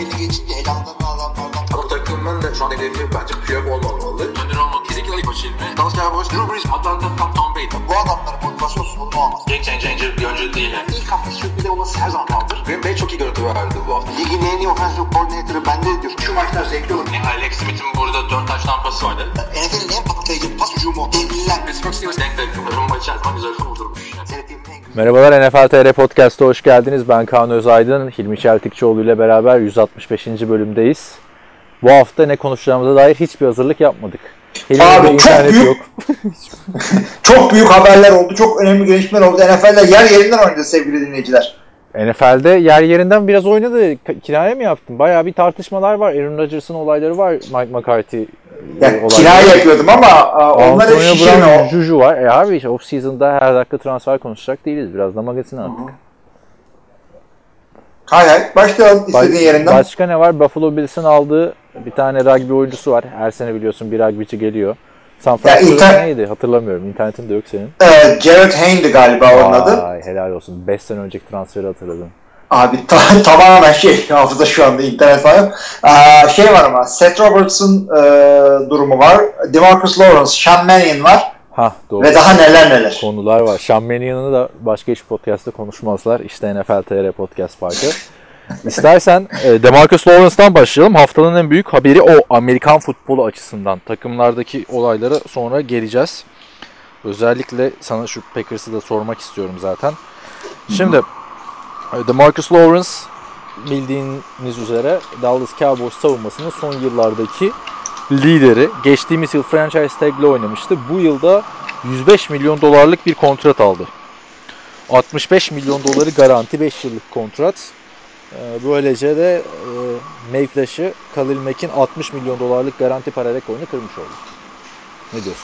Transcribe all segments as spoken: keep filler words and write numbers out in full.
belli geçince elanlarını alanlardan. Ama takımın da şu an hedefi bence Piyok olmamalı. Önder olmalı. Kesinlikle ilk başı ilmi. Dallas Cowboys, Drew Brees, Atlanta, Tom Brady. Bu adamların motivasyon sorunu olmaz. Game changer bir oyuncu değil. Yani. İlk hafta sürpriz olması her zaman kaldır. Green Bay çok iyi görüntü verdi bu hafta. Ligin en iyi offensive coordinator'ı bende diyor. Şu maçlar zevkli olur. Yani Alex Smith'in burada dört taş tampası vardı. N F L'in en patlayıcı pas hücumu. Devliler. Pittsburgh Steelers denk denk. Rumba içerisinde güzel vurdurmuş. Merhabalar, N F L T R Podcast'a hoş geldiniz. Ben Kaan Özaydın, Hilmi Çeltikçioğlu ile beraber yüz altmış beşinci bölümdeyiz. Bu hafta ne konuşacağımıza dair hiçbir hazırlık yapmadık. Abi çok büyük, yok. çok büyük haberler oldu, çok önemli gelişmeler oldu. N F L'de yer yerinden oynadı sevgili dinleyiciler. N F L'de yer yerinden biraz oynadı. Kiraya mı yaptın? Bayağı bir tartışmalar var. Aaron Rodgers'ın olayları var, Mike McCarthy yani kiraya yapıyordum ama onlar hep şişirme. Juju var. E abi işte off-season'da her dakika transfer konuşacak değiliz. Biraz da magazin attık. Hay hay. Başlayalım istediğin Baş, yerinden. Başka ne var? Buffalo Bills'in aldığı bir tane rugby oyuncusu var. Her sene biliyorsun bir rugbyci geliyor. San Francisco'da inter- neydi? Hatırlamıyorum. İnternetin de yok senin. Ee, Jared Hayne'di galiba Aa, onun adı. Ay helal olsun. beş sene önceki transferi hatırladım. Abi ta- tamamen şey hafıza şu anda internet falan. Ee, şey var ama Seth Roberts'ın e, durumu var. DeMarcus Lawrence, Sean Mannion var. Ha, doğru. Ve daha neler neler. Konular var. Sean Mannion'u da başka hiç podcast'ta konuşmazlar. İşte N F L T R Podcast farkı. İstersen e, DeMarcus Lawrence'dan başlayalım. Haftanın en büyük haberi o. Amerikan futbolu açısından. Takımlardaki olaylara sonra geleceğiz. Özellikle sana şu Packers'ı da sormak istiyorum zaten. Şimdi DeMarcus Lawrence bildiğiniz üzere Dallas Cowboys savunmasının son yıllardaki lideri. Geçtiğimiz yıl franchise tag'le oynamıştı. Bu yılda yüz beş milyon dolarlık bir kontrat aldı. altmış beş milyon doları garanti beş yıllık kontrat. Böylece de Mayflash'ı Khalil Mack'in altmış milyon dolarlık garanti para rekorunu kırmış oldu. Ne diyorsun?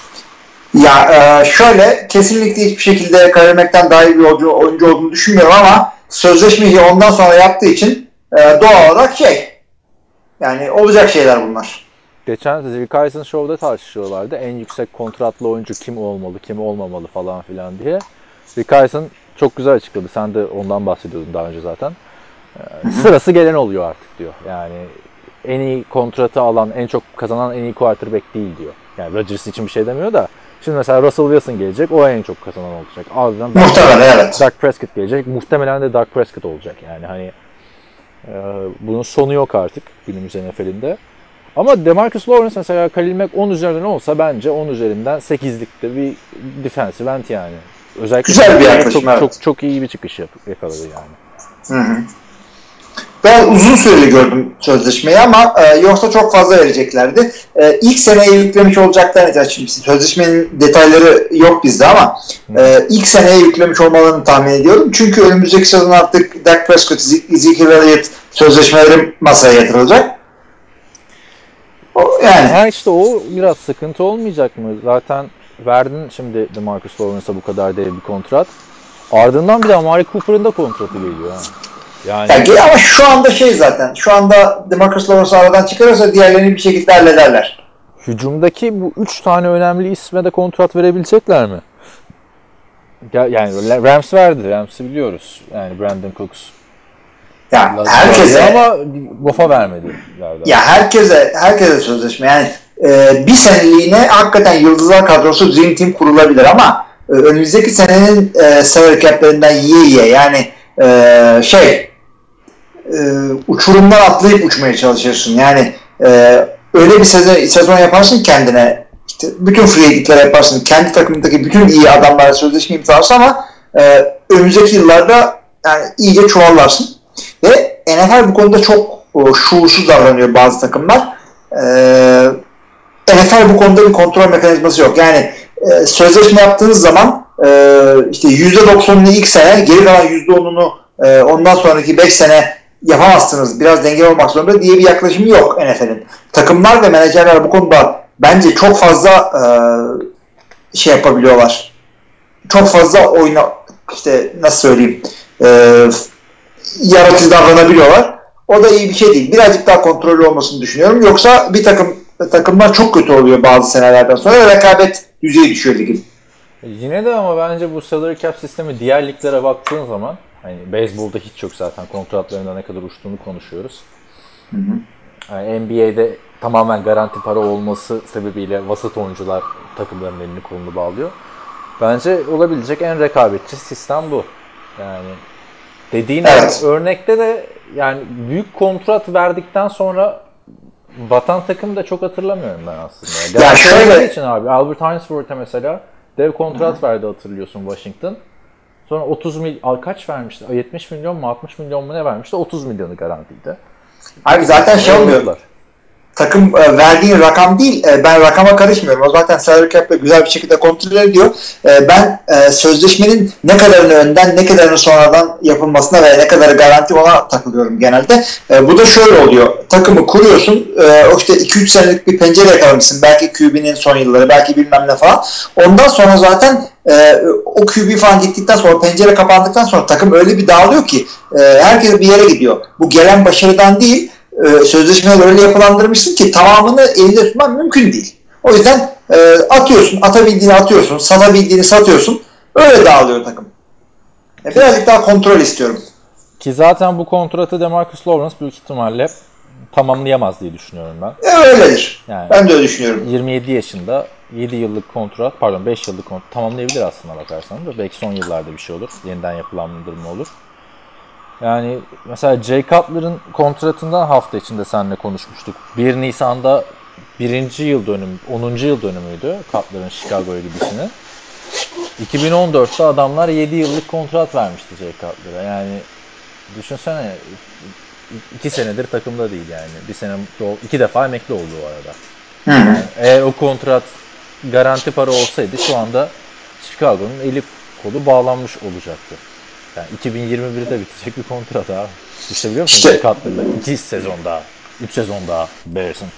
Ya şöyle, kesinlikle hiçbir şekilde Khalil Mack'ten daha iyi bir oyuncu, oyuncu olduğunu düşünmüyorum ama sözleşmeyi ondan sonra yaptığı için doğal olarak şey, yani olacak şeyler bunlar. Geçen Rick Eisen Show'da tartışıyorlardı. En yüksek kontratlı oyuncu kim olmalı, kim olmamalı falan filan diye. Rick Eisen çok güzel açıkladı. Sen de ondan bahsediyordun daha önce zaten. Ee, sırası gelen oluyor artık diyor. Yani en iyi kontratı alan, en çok kazanan en iyi quarterback değil diyor. Yani Rodgers için bir şey demiyor da. Şimdi mesela Russell Wilson gelecek, o en çok kazanan olacak. Ardından muhtemelen evet. Dak Prescott gelecek, muhtemelen de Dak Prescott olacak. Yani hani e, bunun sonu yok artık günümüz N F L'inde. Ama DeMarcus Lawrence mesela Khalil Mack on üzerinden olsa bence on üzerinden sekizlikte bir defensive end yani. Özellikle güzel bir yaklaşım, çok, evet. çok çok iyi bir çıkış yakaladı yani. Hı hı. Ben uzun süreli gördüm sözleşmeyi ama e, yoksa çok fazla vereceklerdi. E, ilk seneye yüklemiş olacaklarını açıkçası. Sözleşmenin detayları yok bizde ama e, ilk seneye yüklemiş olmalarını tahmin ediyorum. Çünkü önümüzdeki sezon artık Dak Prescott, Ezekiel Elliott sözleşmeleri masaya yatırılacak. O, yani. Ha işte o biraz sıkıntı olmayacak mı? Zaten verdin şimdi DeMarcus Lawrence'a bu kadar dev bir kontrat. Ardından bir de Amari Cooper'ın da kontratı geliyor. Ha. Yani... yani ama şu anda şey zaten, şu anda DeMarcus Lawrence'ı aradan çıkarırsa diğerlerini bir şekilde hallederler. Hücumdaki bu üç tane önemli isme de kontrat verebilecekler mi? Yani Rams verdi, Rams'i biliyoruz. Yani Brandon Cooks. Ya herkese ama Goff'a vermedi. Ya herkese herkese sözleşme. Yani e, bir seneliğine hakikaten yıldızlar kadrosu Dream Team kurulabilir ama e, önümüzdeki senenin e, salary cap'lerinden yiye yiye yani e, şey e, uçurumdan atlayıp uçmaya çalışıyorsun. Yani e, öyle bir sezon, sezon yaparsın kendine. İşte bütün free agent'ler yaparsın. Kendi takımındaki bütün iyi adamlarla sözleşme imzalarsın ama e, önümüzdeki yıllarda yani iyice çuvallarsın. Ve N F L bu konuda çok o, şuursuz davranıyor bazı takımlar. Ee, N F L bu konuda bir kontrol mekanizması yok. Yani e, sözleşme yaptığınız zaman e, işte yüzde doksanını ilk sene, geri kalan yüzde onunu e, ondan sonraki beş sene yapamazsınız. Biraz dengeli olmak zorunda diye bir yaklaşım yok N F L'in. Takımlar ve menajerler bu konuda bence çok fazla e, şey yapabiliyorlar. Çok fazla oyna işte nasıl söyleyeyim eee yaratıcı davranabiliyorlar. O da iyi bir şey değil. Birazcık daha kontrollü olmasını düşünüyorum. Yoksa bir takım takımlar çok kötü oluyor bazı senelerden sonra. Rekabet düzeyi düşüyor ligin. Yine de ama bence bu salary cap sistemi diğer liglere baktığın zaman hani beyzbolda hiç yok zaten kontratlarında ne kadar uçtuğunu konuşuyoruz. Hı hı. Yani N B A'de tamamen garanti para olması sebebiyle vasat oyuncular takımların elini kolunu bağlıyor. Bence olabilecek en rekabetçi sistem bu. Yani dediğin Evet. örnekte de yani büyük kontrat verdikten sonra batan takım da çok hatırlamıyorum ben aslında. Ya şöyle için abi Albert Ainsworth'a mesela dev kontrat verdi hatırlıyorsun Washington. Sonra otuz milyon kaç vermişti? yetmiş milyon mu altmış milyon mu ne vermişti? otuz milyonu garantiydi. abi zaten şey olmuyor. Takım e, verdiğin rakam değil, e, ben rakama karışmıyorum. O zaten salary cap'le güzel bir şekilde kontrol ediyor. E, ben e, sözleşmenin ne kadarını önden, ne kadarını sonradan yapılmasına ve ne kadarı garanti ona takılıyorum genelde. E, bu da şöyle oluyor. Takımı kuruyorsun, e, işte iki üç senelik bir pencere yakalamışsın. Belki Q B'nin son yılları, belki bilmem ne falan. Ondan sonra zaten e, o Q B falan gittikten sonra, pencere kapandıktan sonra takım öyle bir dağılıyor ki e, herkes bir yere gidiyor. Bu gelen başarıdan değil, sözleşmeyi öyle yapılandırmışsın ki tamamını elinde tutman mümkün değil. O yüzden e, atıyorsun, atabildiğini atıyorsun, satabildiğini satıyorsun. Öyle dağılıyor takım. E, birazcık daha kontrol istiyorum. Ki zaten bu kontratı DeMarcus Lawrence büyük ihtimalle tamamlayamaz diye düşünüyorum ben. E, öyledir. Yani ben de öyle düşünüyorum. yirmi yedi yaşında yedi yıllık kontrat, pardon beş yıllık kontrat tamamlayabilir aslında bakarsan da. Belki son yıllarda bir şey olur. Yeniden yapılandırma olur. Yani mesela Jay Cutler'ın kontratından hafta içinde seninle konuşmuştuk. bir Nisan'da birinci yıl dönümü, onuncu yıl dönümüydü Cutler'ın Chicago'ya gidişini. iki bin on dörtte adamlar yedi yıllık kontrat vermişti Jay Cutler'a. Yani düşünsene iki senedir takımda değil yani. Bir sene iki defa emekli oldu o arada. Yani eğer o kontrat garanti para olsaydı şu anda Chicago'nun eli kolu bağlanmış olacaktı. Yani iki bin yirmi birde bitecek bir kontrat abi. Düşünebiliyor musun? İşte, Cutler'la iki sezon daha, üç sezon daha Bears'ın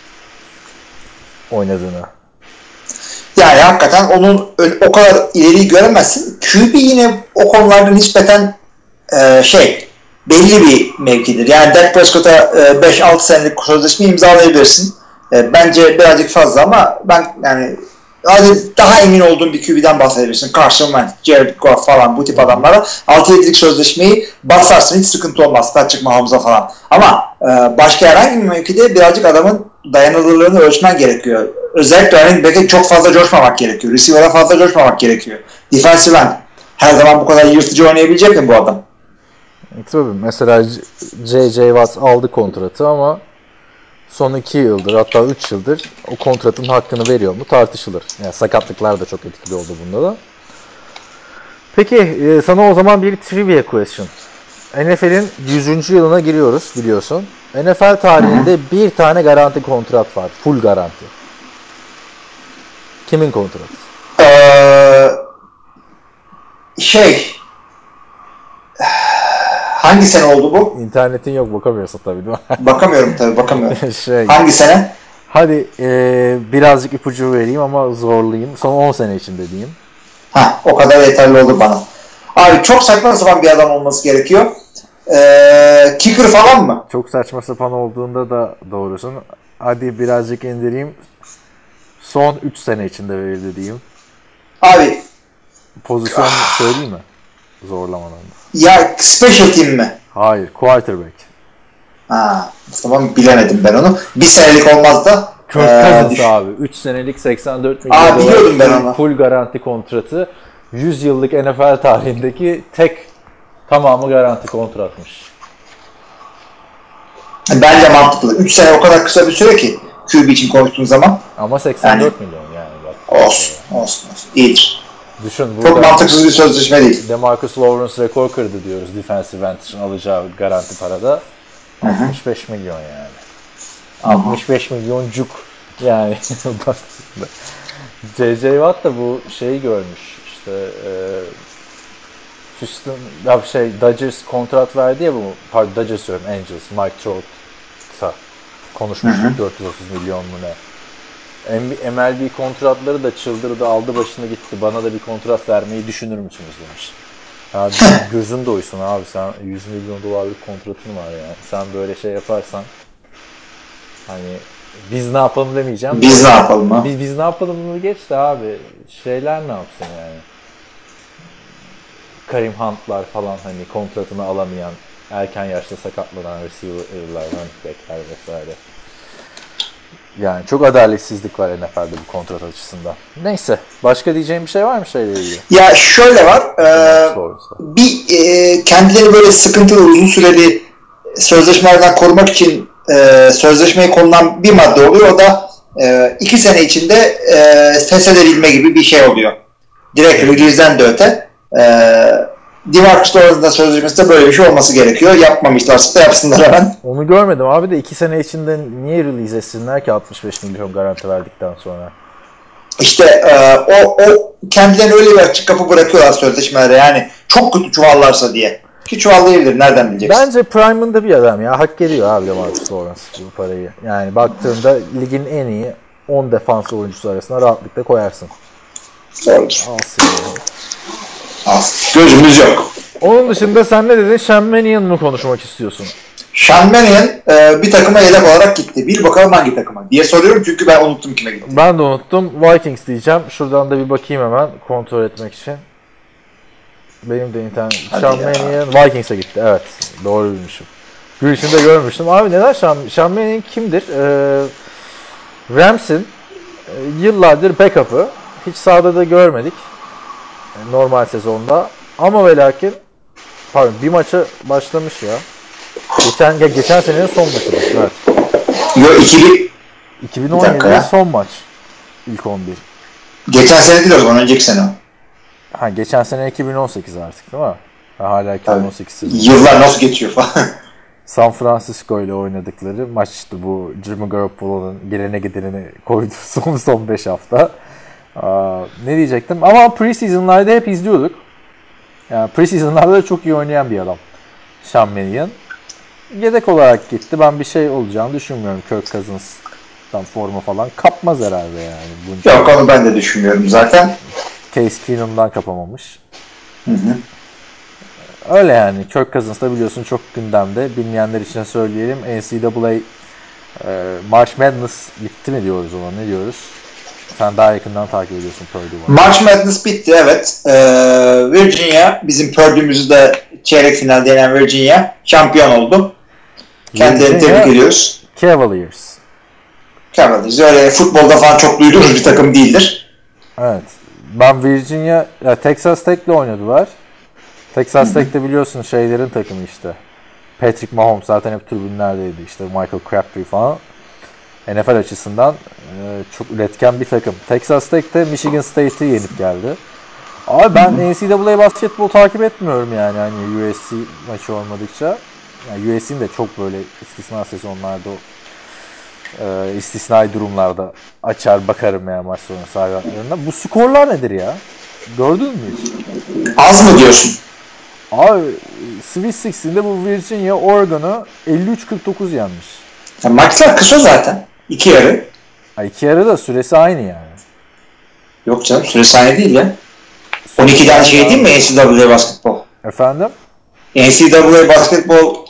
oynadığını. Yani hakikaten onun o kadar ileriyi göremezsin. Q B yine o konularda nispeten e, şey belli bir mevkidir. Yani Dak Prescott'a e, beş altı senelik sözleşme imzalayabilirsin. E, bence birazcık fazla ama ben yani hadi daha emin olduğum bir Q B'den bahsedebilirsin. Carson Wentz, Jared Goff falan bu tip adamlara altı yedilik sözleşmeyi basarsın hiç sıkıntı olmaz. Patrick Mahomes'a falan. Ama e, başka herhangi bir mevkide birazcık adamın dayanıklılığını ölçmen gerekiyor. Özellikle running back'e çok fazla coşmamak gerekiyor. Receiver'a fazla coşmamak gerekiyor. Defensive end her zaman bu kadar yırtıcı oynayabilecek mi bu adam? E, tabii mesela J J Watt aldı kontratı ama son iki yıldır hatta üç yıldır o kontratın hakkını veriyor mu tartışılır. Yani sakatlıklar da çok etkili oldu bunda da. Peki e, sana o zaman bir trivia question. N F L'in yüzüncü yılına giriyoruz biliyorsun. N F L tarihinde Hı-hı. bir tane garanti kontrat var. Full garanti. Kimin kontratı? Ee, şey hangi sene oldu bu? İnternetin yok bakamıyorsun tabii değil mi? Bakamıyorum tabii bakamıyorum. şey, hangi sene? Hadi e, birazcık ipucu vereyim ama zorlayayım. Son on sene içinde diyeyim. Ha, o kadar yeterli olur bana. Abi çok saçma sapan bir adam olması gerekiyor. Ee, kicker falan mı? Çok saçma sapan olduğunda da doğrusun. Hadi birazcık indireyim. Son üç sene içinde verildi diyeyim. Abi. Pozisyon söyleyeyim mi? Zorlamadan. Ya special team mi? Hayır. Quarterback. Ha, tamam bilemedim ben onu. Bir senelik olmaz da. Kirk Cousins ee, abi. üç senelik seksen dört milyon Aa, biliyordum ben full, onu. full garanti kontratı. yüz yıllık N F L tarihindeki tek tamamı garanti kontratmış. Bence mantıklı. üç sene o kadar kısa bir süre ki Q B için konuştuğun zaman. Ama seksen dört yani, milyon yani. Bak. Olsun, olsun, olsun. İyidir. Düşün, çok mantıksız bir sözleşme değil. DeMarcus Lawrence rekor kırdı diyoruz defensive end için alacağı garanti parada. Hı-hı. altmış beş milyon yani. Hı-hı. altmış beş milyoncuk yani. J J Watt da bu şeyi görmüş. İşte e, Houston ya şey Dodgers kontrat verdi ya bu. Pardon Dodgers diyorum Angels. Mike Trout'a konuşmuştuk dört yüz otuz milyon mu ne. M L B kontratları da çıldırdı, aldı başını gitti. Bana da bir kontrat vermeyi düşünür müsünüz demiş. Abi gözün doysun abi, sen yüz milyon dolarlık kontratın var yani. Sen böyle şey yaparsan hani biz ne yapalım demeyeceğim. Biz ne yapalım ha? Biz, biz ne yapalım bunu geç de abi. Şeyler ne yapsın yani? Kareem Hunt'lar falan hani kontratını alamayan erken yaşta sakatlanan receiver'lar, running back'ler vesaire. Yani çok adaletsizlik var N F L'de bu kontrat açısından. Neyse. Başka diyeceğim bir şey var mı şeyle ilgili? Ya şöyle var. E, bir e, kendileri böyle sıkıntılı uzun süreli sözleşmelerden korumak için e, sözleşmeye konulan bir madde oluyor. O da e, iki sene içinde e, feshedebilme gibi bir şey oluyor. Direkt release'den de öte. E, Demarcus Lawrence'ın sözleşmesinde böyle bir şey olması gerekiyor. Yapmamışlarsa da yapsınlar hemen. Onu görmedim abi de iki sene içinde niye release etsinler ki altmış beş milyon garanti verdikten sonra? İşte e, o, o kendilerine öyle bir açık kapı bırakıyorlar sözleşmelere. Yani çok kötü çuvallarsa diye. Ki çuvallayabilir. Nereden bileceksin? Bence prime'ında bir adam ya. Hak ediyor abi Demarcus Lawrence bu parayı. Yani baktığında ligin en iyi on defans oyuncusu arasına rahatlıkla koyarsın. Doğrudur. Alsın yani. Gözümüz yok. Onun dışında sen ne dedin? Sean Mannion mu konuşmak istiyorsun? Sean Mannion e, bir takıma yedek olarak gitti. Bir bakalım hangi takıma diye soruyorum çünkü ben unuttum kime gitti. Ben de unuttum. Vikings diyeceğim. Şuradan da bir bakayım hemen kontrol etmek için. Benim de internet. Hadi Sean ya. Mannion Vikings'e gitti. Evet. Doğru bilmişim. Gün içinde görmüştüm. Abi neden Sean, Sean Mannion kimdir? Ee, Rams'in e, yıllardır backup'ı. Hiç sahada da görmedik. Yani normal sezonda. Ama ve lakin pardon bir maça başlamış ya. Geçen geçen senenin son maçı. Evet. Yo iki iki bin on yedinin son maç. İlk on bir. Geçen sene değil o zaman önceki sene o. Ha geçen sene iki bin on sekiz artık değil mi? Ha, hala iki bin on sekiz sezonu. Yıllar nasıl geçiyor falan. San Francisco ile oynadıkları maçtı bu. Jimmy Garoppolo'nun gelene giderini koydu son son beş hafta. Aa, ne diyecektim? Ama preseason'larda hep izliyorduk. Yani preseason'larda da çok iyi oynayan bir adam. Sean Mannion. Yedek olarak gitti. Ben bir şey olacağını düşünmüyorum. Kirk Cousins'tan forma falan kapmaz herhalde yani. Bunca Yok onu ben de düşünmüyorum zaten. Case Keenum'dan kapamamış. Hı hı. Öyle yani. Kirk Cousins da biliyorsun çok gündemde. Bilmeyenler için söyleyelim. N C A A e, March Madness bitti mi diyoruz ona? Ne diyoruz? Sen daha yakından takip ediyorsun Purdue'yu. March Madness bitti evet. Ee, Virginia bizim Purdue'müzü de çeyrek finalde yenen Virginia şampiyon oldu. Kendilerini tebrik ediyoruz. Cavaliers. Cavaliers. Öyle futbolda falan çok duyduğumuz bir takım değildir. Evet. Ben Virginia, ya Texas Tech'le oynadılar. Texas Tech de biliyorsun şeylerin takımı işte. Patrick Mahomes zaten hep tribünlerdeydi işte. Michael Crabtree falan. N F L açısından e, çok üretken bir takım. Texas Tech de Michigan State'i yenip geldi. Abi ben N C A A basketbol takip etmiyorum yani hani U S C maçı olmadıkça. Yani U S C'nin de çok böyle istisna sezonlarda e, istisnai durumlarda açar bakarım yani maç sonu sahalarına. Bu skorlar nedir ya? Gördün mü hiç? Az mı diyorsun? Abi Sweet Sixteen'de bu Virginia Oregon'u elli üç kırk dokuz yenmiş. Ya, maçlar kısa zaten. İki yarı. Ha, iki yarı da süresi aynı yani. Yok canım süresi aynı değil ya. on ikiden şey değil mi N C A A basketbol? Efendim? N C A A basketbol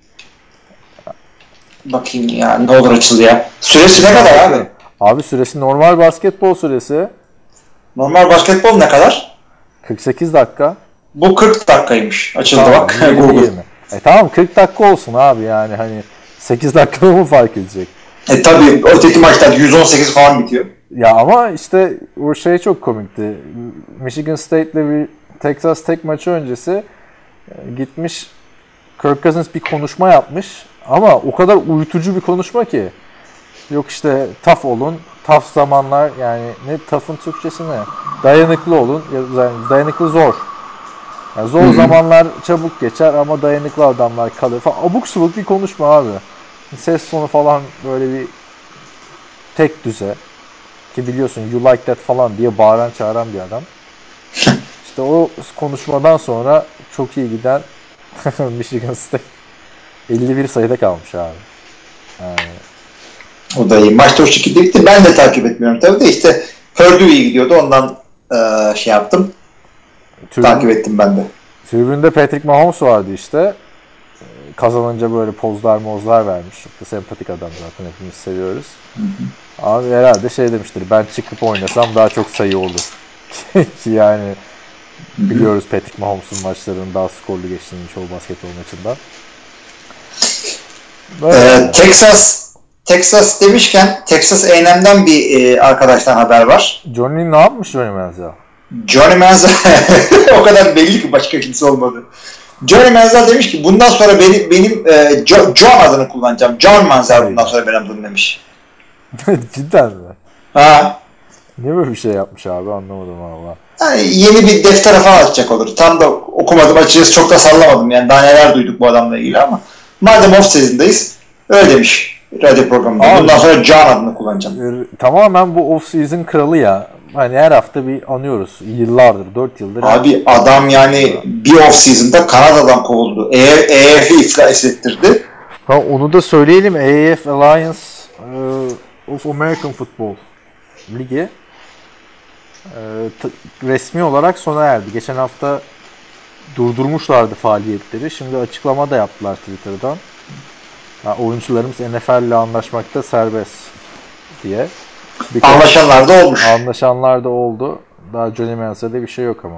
bakayım ya ne olur açıldı ya. Süresi ne kadar abi? Abi süresi normal basketbol süresi. Normal basketbol ne kadar? kırk sekiz dakika. Bu kırk dakikaymış. Açıldı Tamam, bak. yirmi, Google. yirmi. E tamam kırk dakika olsun abi yani hani sekiz dakika mı fark edecek? E tabi öteki maçlar yüz on sekiz falan bitiyor. Ya ama işte o şey çok komikti. Michigan State ile bir Texas Tech maçı öncesi gitmiş Kirk Cousins bir konuşma yapmış ama o kadar uyutucu bir konuşma ki. Yok işte tough olun, tough zamanlar yani ne tough'ın Türkçesi ne? Dayanıklı olun, yani dayanıklı zor. Yani zor Hı-hı. zamanlar çabuk geçer ama dayanıklı adamlar kalır falan. Abuk subuk bir konuşma abi. Ses tonu falan böyle bir tek düze. Ki biliyorsun you like that falan diye bağıran çağıran bir adam. İşte o konuşmadan sonra çok iyi giden Michigan State elli bir sayıda kalmış abi. Yani. O da iyi. Maçta o şekilde bitti. Ben de takip etmiyorum tabii de işte Purdue iyi gidiyordu. Ondan e, şey yaptım. Tribün, takip ettim ben de. Tribünde Patrick Mahomes vardı işte. Kazanınca böyle pozlar mozlar vermiş. Çok sempatik adam zaten hepimiz seviyoruz. Hı hı. Abi herhalde şey demiştir. Ben çıkıp oynasam daha çok sayı olur. Ki yani hı hı. biliyoruz Patrick Mahomes'un maçlarının daha skorlu geçtiğini çoğu basketbol maçında. Ee, Texas Texas demişken Texas A and M'den bir e, arkadaştan haber var. Johnny ne yapmış Johnny Manziel? Johnny Manziel o kadar belli ki başka kimse olmadı. Johnny Manziel demiş ki bundan sonra benim, benim e, John adını kullanacağım. John Manziel bundan sonra benim adım demiş. Cidden mi? Ha. Niye böyle bir şey yapmış abi anlamadım valla. Yani yeni bir deftere falan açacak olur. Tam da okumadım açıkçası çok da sallamadım yani daha neler duyduk bu adamla ilgili ama madem off season'dayız öyle demiş radyo programında. Abi, bundan sonra John adını kullanacağım. E, tamamen bu off season kralı ya. Hani her hafta bir anıyoruz. Yıllardır, dört yıldır. Abi adam yani bir off season'da Kanada'dan kovuldu. E F F'i iflas ettirdi. Ha, onu da söyleyelim. A F Alliance uh, of American Football Ligi e, t- resmi olarak sona erdi. Geçen hafta durdurmuşlardı faaliyetleri. Şimdi açıklama da yaptılar Twitter'dan. Ha, oyuncularımız N F L ile anlaşmakta serbest diye. Birkaç anlaşanlar da olmuş. Anlaşanlar da oldu. Daha Johnny Manziel'de bir şey yok ama.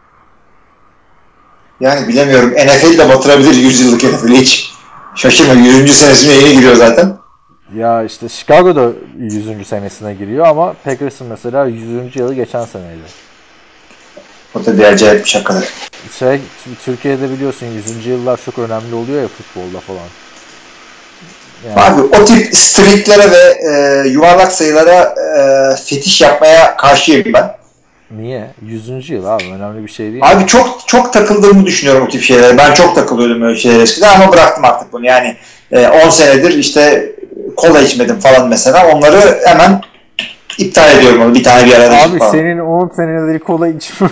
Yani bilemiyorum. N F L de batırabilir yüz yıllık N F L hiç. Şaşırma. yüzüncü senesine yeni giriyor zaten. Ya işte Chicago'da yüzüncü senesine giriyor ama Packers'ın mesela yüzüncü yılı geçen seneydi. O da bir acayip bir şakalar. Şey, Türkiye'de biliyorsun yüzüncü yıllar çok önemli oluyor ya futbolda falan. Yani. Abi o tip streaklere ve e, yuvarlak sayılara e, fetiş yapmaya karşıyım ben. Niye? yüzüncü yıl abi önemli bir şey değil. Abi mi? çok çok takıldığımı düşünüyorum o tip şeylere. Ben çok takılıyordum öyle şeylere eskiden ama bıraktım artık bunu. Yani e, on senedir işte kola içmedim falan mesela. Onları hemen iptal ediyorum onu bir tane bir arada. Abi senin on senedir kola içme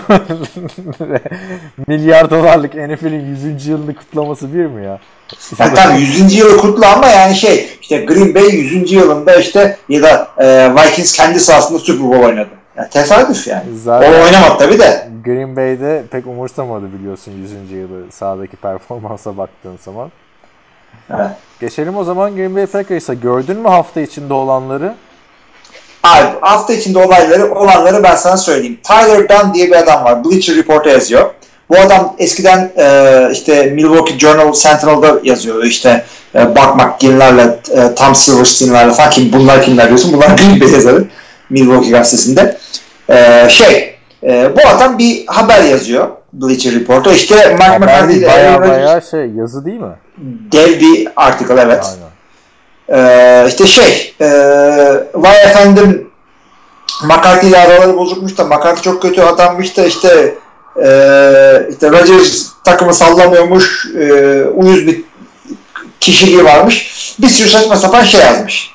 milyar dolarlık N F L'in yüzüncü yılını kutlaması bir mi ya? Ya tabii yüzüncü yılı kutlu ama yani şey işte Green Bay yüzüncü yılında işte ya da e, Vikings kendi sahasında Super Bowl oynadı. Yani tesadüf yani. Zaten o oynamadı tabii de. Green Bay'de pek umursamadı biliyorsun yüzüncü yılı sahadaki performansa baktığın zaman. Evet. Geçelim o zaman Green Bay Packers'a. Gördün mü hafta içinde olanları? Abi hafta içinde olayları olanları ben sana söyleyeyim. Tyler Dunn diye bir adam var. Bleacher Report'a yazıyor. Bu adam eskiden e, işte Milwaukee Journal Sentinel'da yazıyordu. İşte e, Buck McGinn'lerle, e, Tom Silverstein'lerle falan kim bunlar kimler diyorsun? Bunlar Green Bay yazarı Milwaukee gazetesinde. E, şey, e, bu adam bir haber yazıyor Bleacher Report'ta. İşte Mike McCarthy ile bayağı bayağı şey yazı değil mi? Dev bir article evet. Aynen. Ee, işte şey e, vay efendim McCarthy ile araları bozukmuş da McCarthy çok kötü adammış da işte e, işte Rodgers takımı sallamıyormuş e, uyuz bir kişiliği varmış bir sürü saçma sapan şey yazmış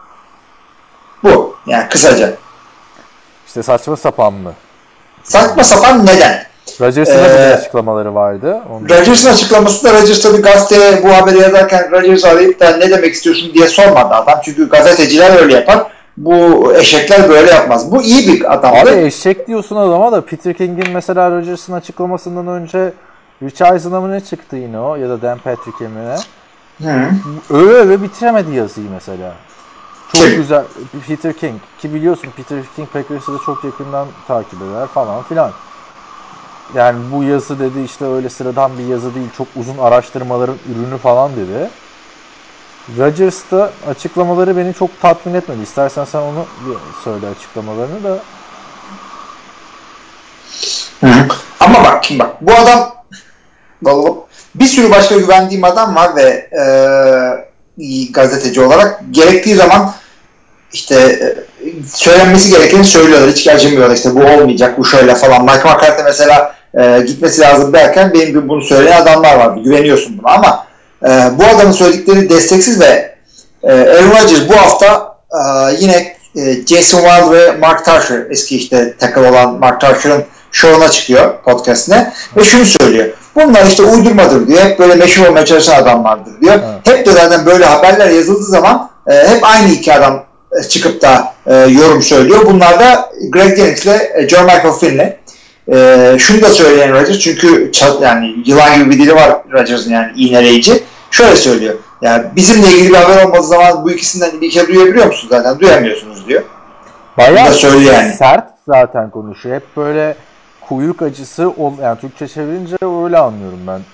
bu yani kısaca işte saçma sapan mı? saçma sapan neden? Rodgers'ın da ee, bir açıklamaları vardı. Rodgers'ın açıklamasında Rodgers tabii gazeteye bu haberi yazarken Rodgers'ı arayıp da ne demek istiyorsun diye sormadı adam. Çünkü gazeteciler öyle yapar. Bu eşekler böyle yapmaz. Bu iyi bir adamdı. Abi eşek diyorsun adama da Peter King'in mesela Rodgers'ın açıklamasından önce Rich Eisen'a mı ne çıktı yine o ya da Dan Patrick'e mi ne? Hı. Öyle öyle bitiremedi yazıyı mesela. Çok Kim? güzel. Peter King. Ki biliyorsun Peter King Packers'ı da çok yakından takip eder falan filan. Yani bu yazı dedi işte öyle sıradan bir yazı değil. Çok uzun araştırmaların ürünü falan dedi. Rodgers'ta açıklamaları beni çok tatmin etmedi. İstersen sen onu bir söyle açıklamalarını da. Hı. Ama bak şimdi bak bu adam bir sürü başka güvendiğim adam var ve e, gazeteci olarak gerektiği zaman işte e, söylenmesi gerekeni söylüyorlar. Hiç acımıyorlar. İşte bu olmayacak, bu şöyle falan. Mike McCarthy mesela e, gitmesi lazım derken benim gibi bunu söyleyen adamlar vardı. Güveniyorsun buna ama e, bu adamın söyledikleri desteksiz ve e, Aaron Rodgers bu hafta e, yine e, Jason Wild ve Mark Tarsher eski işte tackle olan Mark Tarsher'ın show'una çıkıyor podcast'ine ve şunu söylüyor. Bunlar işte uydurmadır diyor. Hep böyle meşhur olmaya çalışan adamlardır diyor. Evet. Hep de zaten böyle haberler yazıldığı zaman e, hep aynı iki adam çıkıp da e, yorum söylüyor. Bunlar da Greg Jennings ile e, John Michael Finley. E, şunu da söyleyen Rodgers çünkü çat, yani yılan gibi bir dili var Rodgers'ın yani iğneleyici. Şöyle söylüyor. Yani bizimle ilgili bir haber olmadığı zaman bu ikisinden bir kere duyabiliyor musunuz zaten? Duyamıyorsunuz diyor. Bayağı yani. Sert zaten konuşuyor. Hep böyle kuyruk acısı yani Türkçe çevirince öyle anlıyorum ben.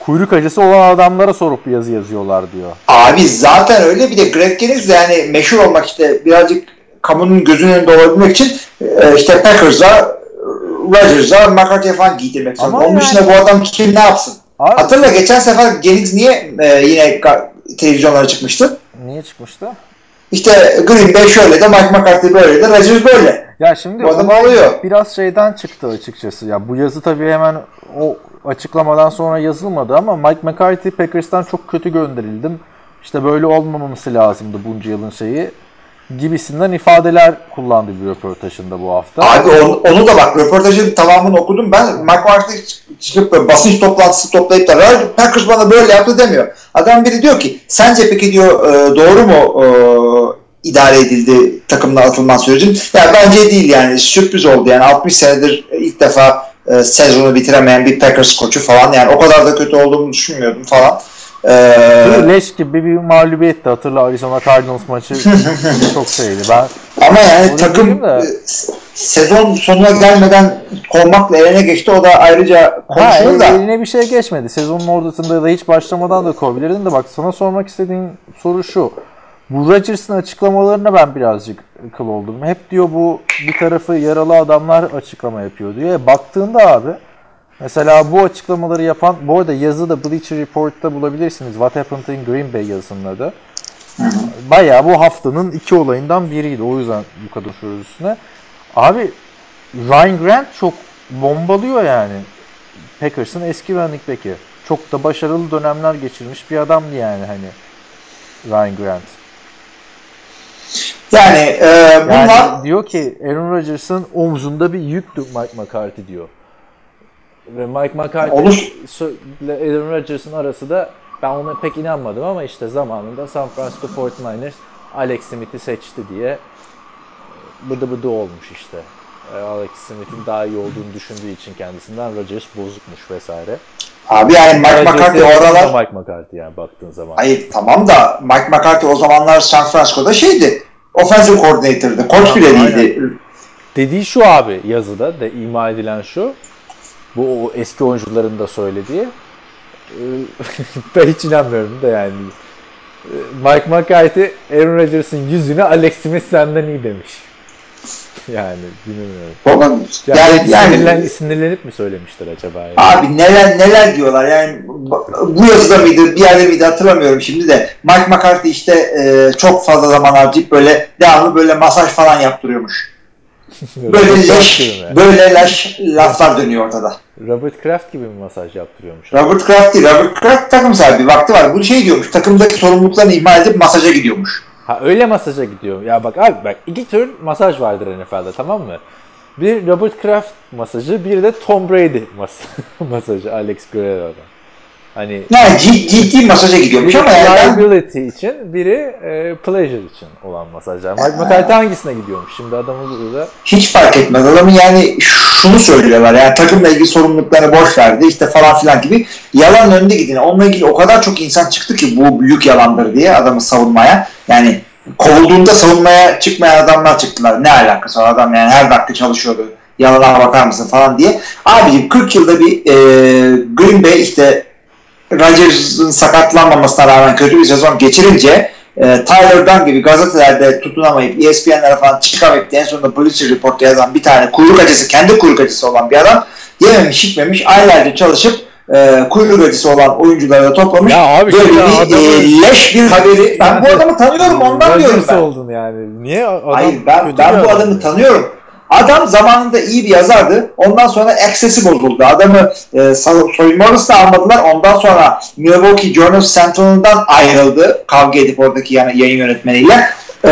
kuyruk acısı olan adamlara sorup yazı yazıyorlar diyor. Abi zaten öyle. Bir de Greg Jennings de yani meşhur olmak, işte birazcık kamunun gözünün önünde olabilmek için e, işte Packers'a, Rodgers'a, McCarthy'ye falan giydirmek zorunda. Onun yani... dışında bu adam kim ne yapsın? Abi, hatırla geçen sefer Jennings niye e, yine televizyonlara çıkmıştı? Niye çıkmıştı? İşte Green Bay şöyle de, Mike McCarthy böyle de, Rodgers böyle. Ya şimdi oluyor. Biraz şeyden çıktı açıkçası. Ya bu yazı tabii hemen o açıklamadan sonra yazılmadı ama Mike McCarthy Packers'tan çok kötü gönderildim. İşte böyle olmaması lazımdı bunca yılın şeyi gibisinden ifadeler kullandı bir röportajında bu hafta. Abi onu, onu da bak, röportajın tamamını okudum ben. Mike McCarthy çıkıp basın toplantısı toplayıp da Packers bana böyle yaptı demiyor. Adam biri diyor ki sence peki diyor doğru mu idare edildi takımla atılman sürecin? Ya bence değil yani, sürpriz oldu yani, altmış senedir ilk defa e, sezonu bitiremeyen bir Packers koçu falan, yani o kadar da kötü olduğunu düşünmüyordum falan. Ee, Leş gibi bir mağlubiyetti, hatırla Arizona Cardinals maçı çok şeydi. Ben ama yani takım da... sezon sonuna gelmeden kovmakla eline geçti, o da ayrıca konuşulur da. Eline bir şey geçmedi. Sezonun ortasında da hiç başlamadan da kovabilirdin de bak, sana sormak istediğim soru şu. Bu Rodgers'ın açıklamalarına ben birazcık kıl oldum. Hep diyor bu bir tarafı yaralı adamlar açıklama yapıyor diyor. E, baktığında abi mesela bu açıklamaları yapan, bu arada yazıda Bleacher Report'ta bulabilirsiniz. What Happened in Green Bay yazısının adı. Bayağı bu haftanın iki olayından biriydi. O yüzden bu kadar soruyoruz üstüne. Abi Ryan Grant çok bombalıyor yani. Packers'ın eski running back'i. Çok da başarılı dönemler geçirmiş bir adamdı yani hani Ryan Grant. Yani, e, bunlar... yani diyor ki Aaron Rodgers'ın omzunda bir yüktü Mike McCarthy diyor. Ve Mike McCarthy ile Aaron Rodgers'ın arası da, ben ona pek inanmadım ama işte zamanında San Francisco forty-niners Alex Smith'i seçti diye bıdı bıdı olmuş işte. Alex Smith'in daha iyi olduğunu düşündüğü için kendisinden Rodgers bozukmuş vesaire. Abi yani Mike McCarthy oralar... Mike McCarthy yani baktığın zaman. Hayır tamam da Mike McCarthy o zamanlar San Francisco'da şeydi. Offensive coordinator'dı. Koç bile değildi. Dediği şu abi, yazıda da ima edilen şu. Bu o eski oyuncuların da söylediği. Ben hiç inanmıyorum da yani. Mike McCarthy Aaron Rodgers'ın yüzüne Alex Smith senden iyi demiş. Yani bilmiyorum. Oğlum, yani, yani, yani sinirlen, sinirlenip mi söylemiştir acaba? Yani? Abi neler neler diyorlar yani, bu yazıda mıydı bir yerde miydi hatırlamıyorum şimdi de. Mike McCarthy işte e, çok fazla zaman harcayıp böyle devamlı böyle masaj falan yaptırıyormuş. Böyle leş, böyle leş laflar dönüyor ortada. Robert Kraft gibi mi masaj yaptırıyormuş? Robert Kraft değil. Robert Kraft takım sahibi. Vakti var. Bu şey diyormuş. Takımdaki sorumluluklarını ihmal edip masaja gidiyormuş. Ha öyle masaja gidiyor. Ya bak abi bak iki tür masaj vardır N F L'de, tamam mı? Bir Robert Kraft masajı, bir de Tom Brady mas- masajı Alex Guerrero'da. Hani yani ciddi masaja gidiyormuş ama yani liability için, biri e, pleasure için olan masajlar. Mike McCarthy hangisine gidiyormuş? Şimdi adamı burada hiç fark etmez. Adamın yani şunu söylüyorlar. Yani takımla ilgili sorumluluklarını boş verdi işte falan filan gibi. Yalan önde gidin. Onunla ilgili o kadar çok insan çıktı ki bu büyük yalandır diye adamı savunmaya. Yani kovulduğunda savunmaya çıkmayan adamlar çıktılar. Ne alakası var, adam yani her dakika çalışıyordu. Yalana bakar mısın falan diye. Abiciğim kırk yılda bir e, Green Bay işte Rodgers'ın sakatlanmamasına rağmen kötü bir sezon geçirince e, Tyler Dunn gibi gazetelerde tutunamayıp E S P N'lere falan çıkamayıp en sonunda Bleacher Report'ta yazan bir tane kuyruk acısı, kendi kuyruk acısı olan bir adam yememiş içmemiş aylarca çalışıp e, kuyruk acısı olan oyuncuları da toplamış. Ya abi, böyle bir adamı... e, leş bir haberi. Ben yani, bu adamı tanıyorum ondan diyorum ben. Oldun yani. Niye adam Hayır ben, ben bu adamı yani tanıyorum. Adam zamanında iyi bir yazardı. Ondan sonra eksesi bozuldu. Adamı e, soyunma odasına almadılar. Ondan sonra Milwaukee Journal Sentinel'dan ayrıldı. Kavga edip oradaki yani yayın yönetmeniyle. E,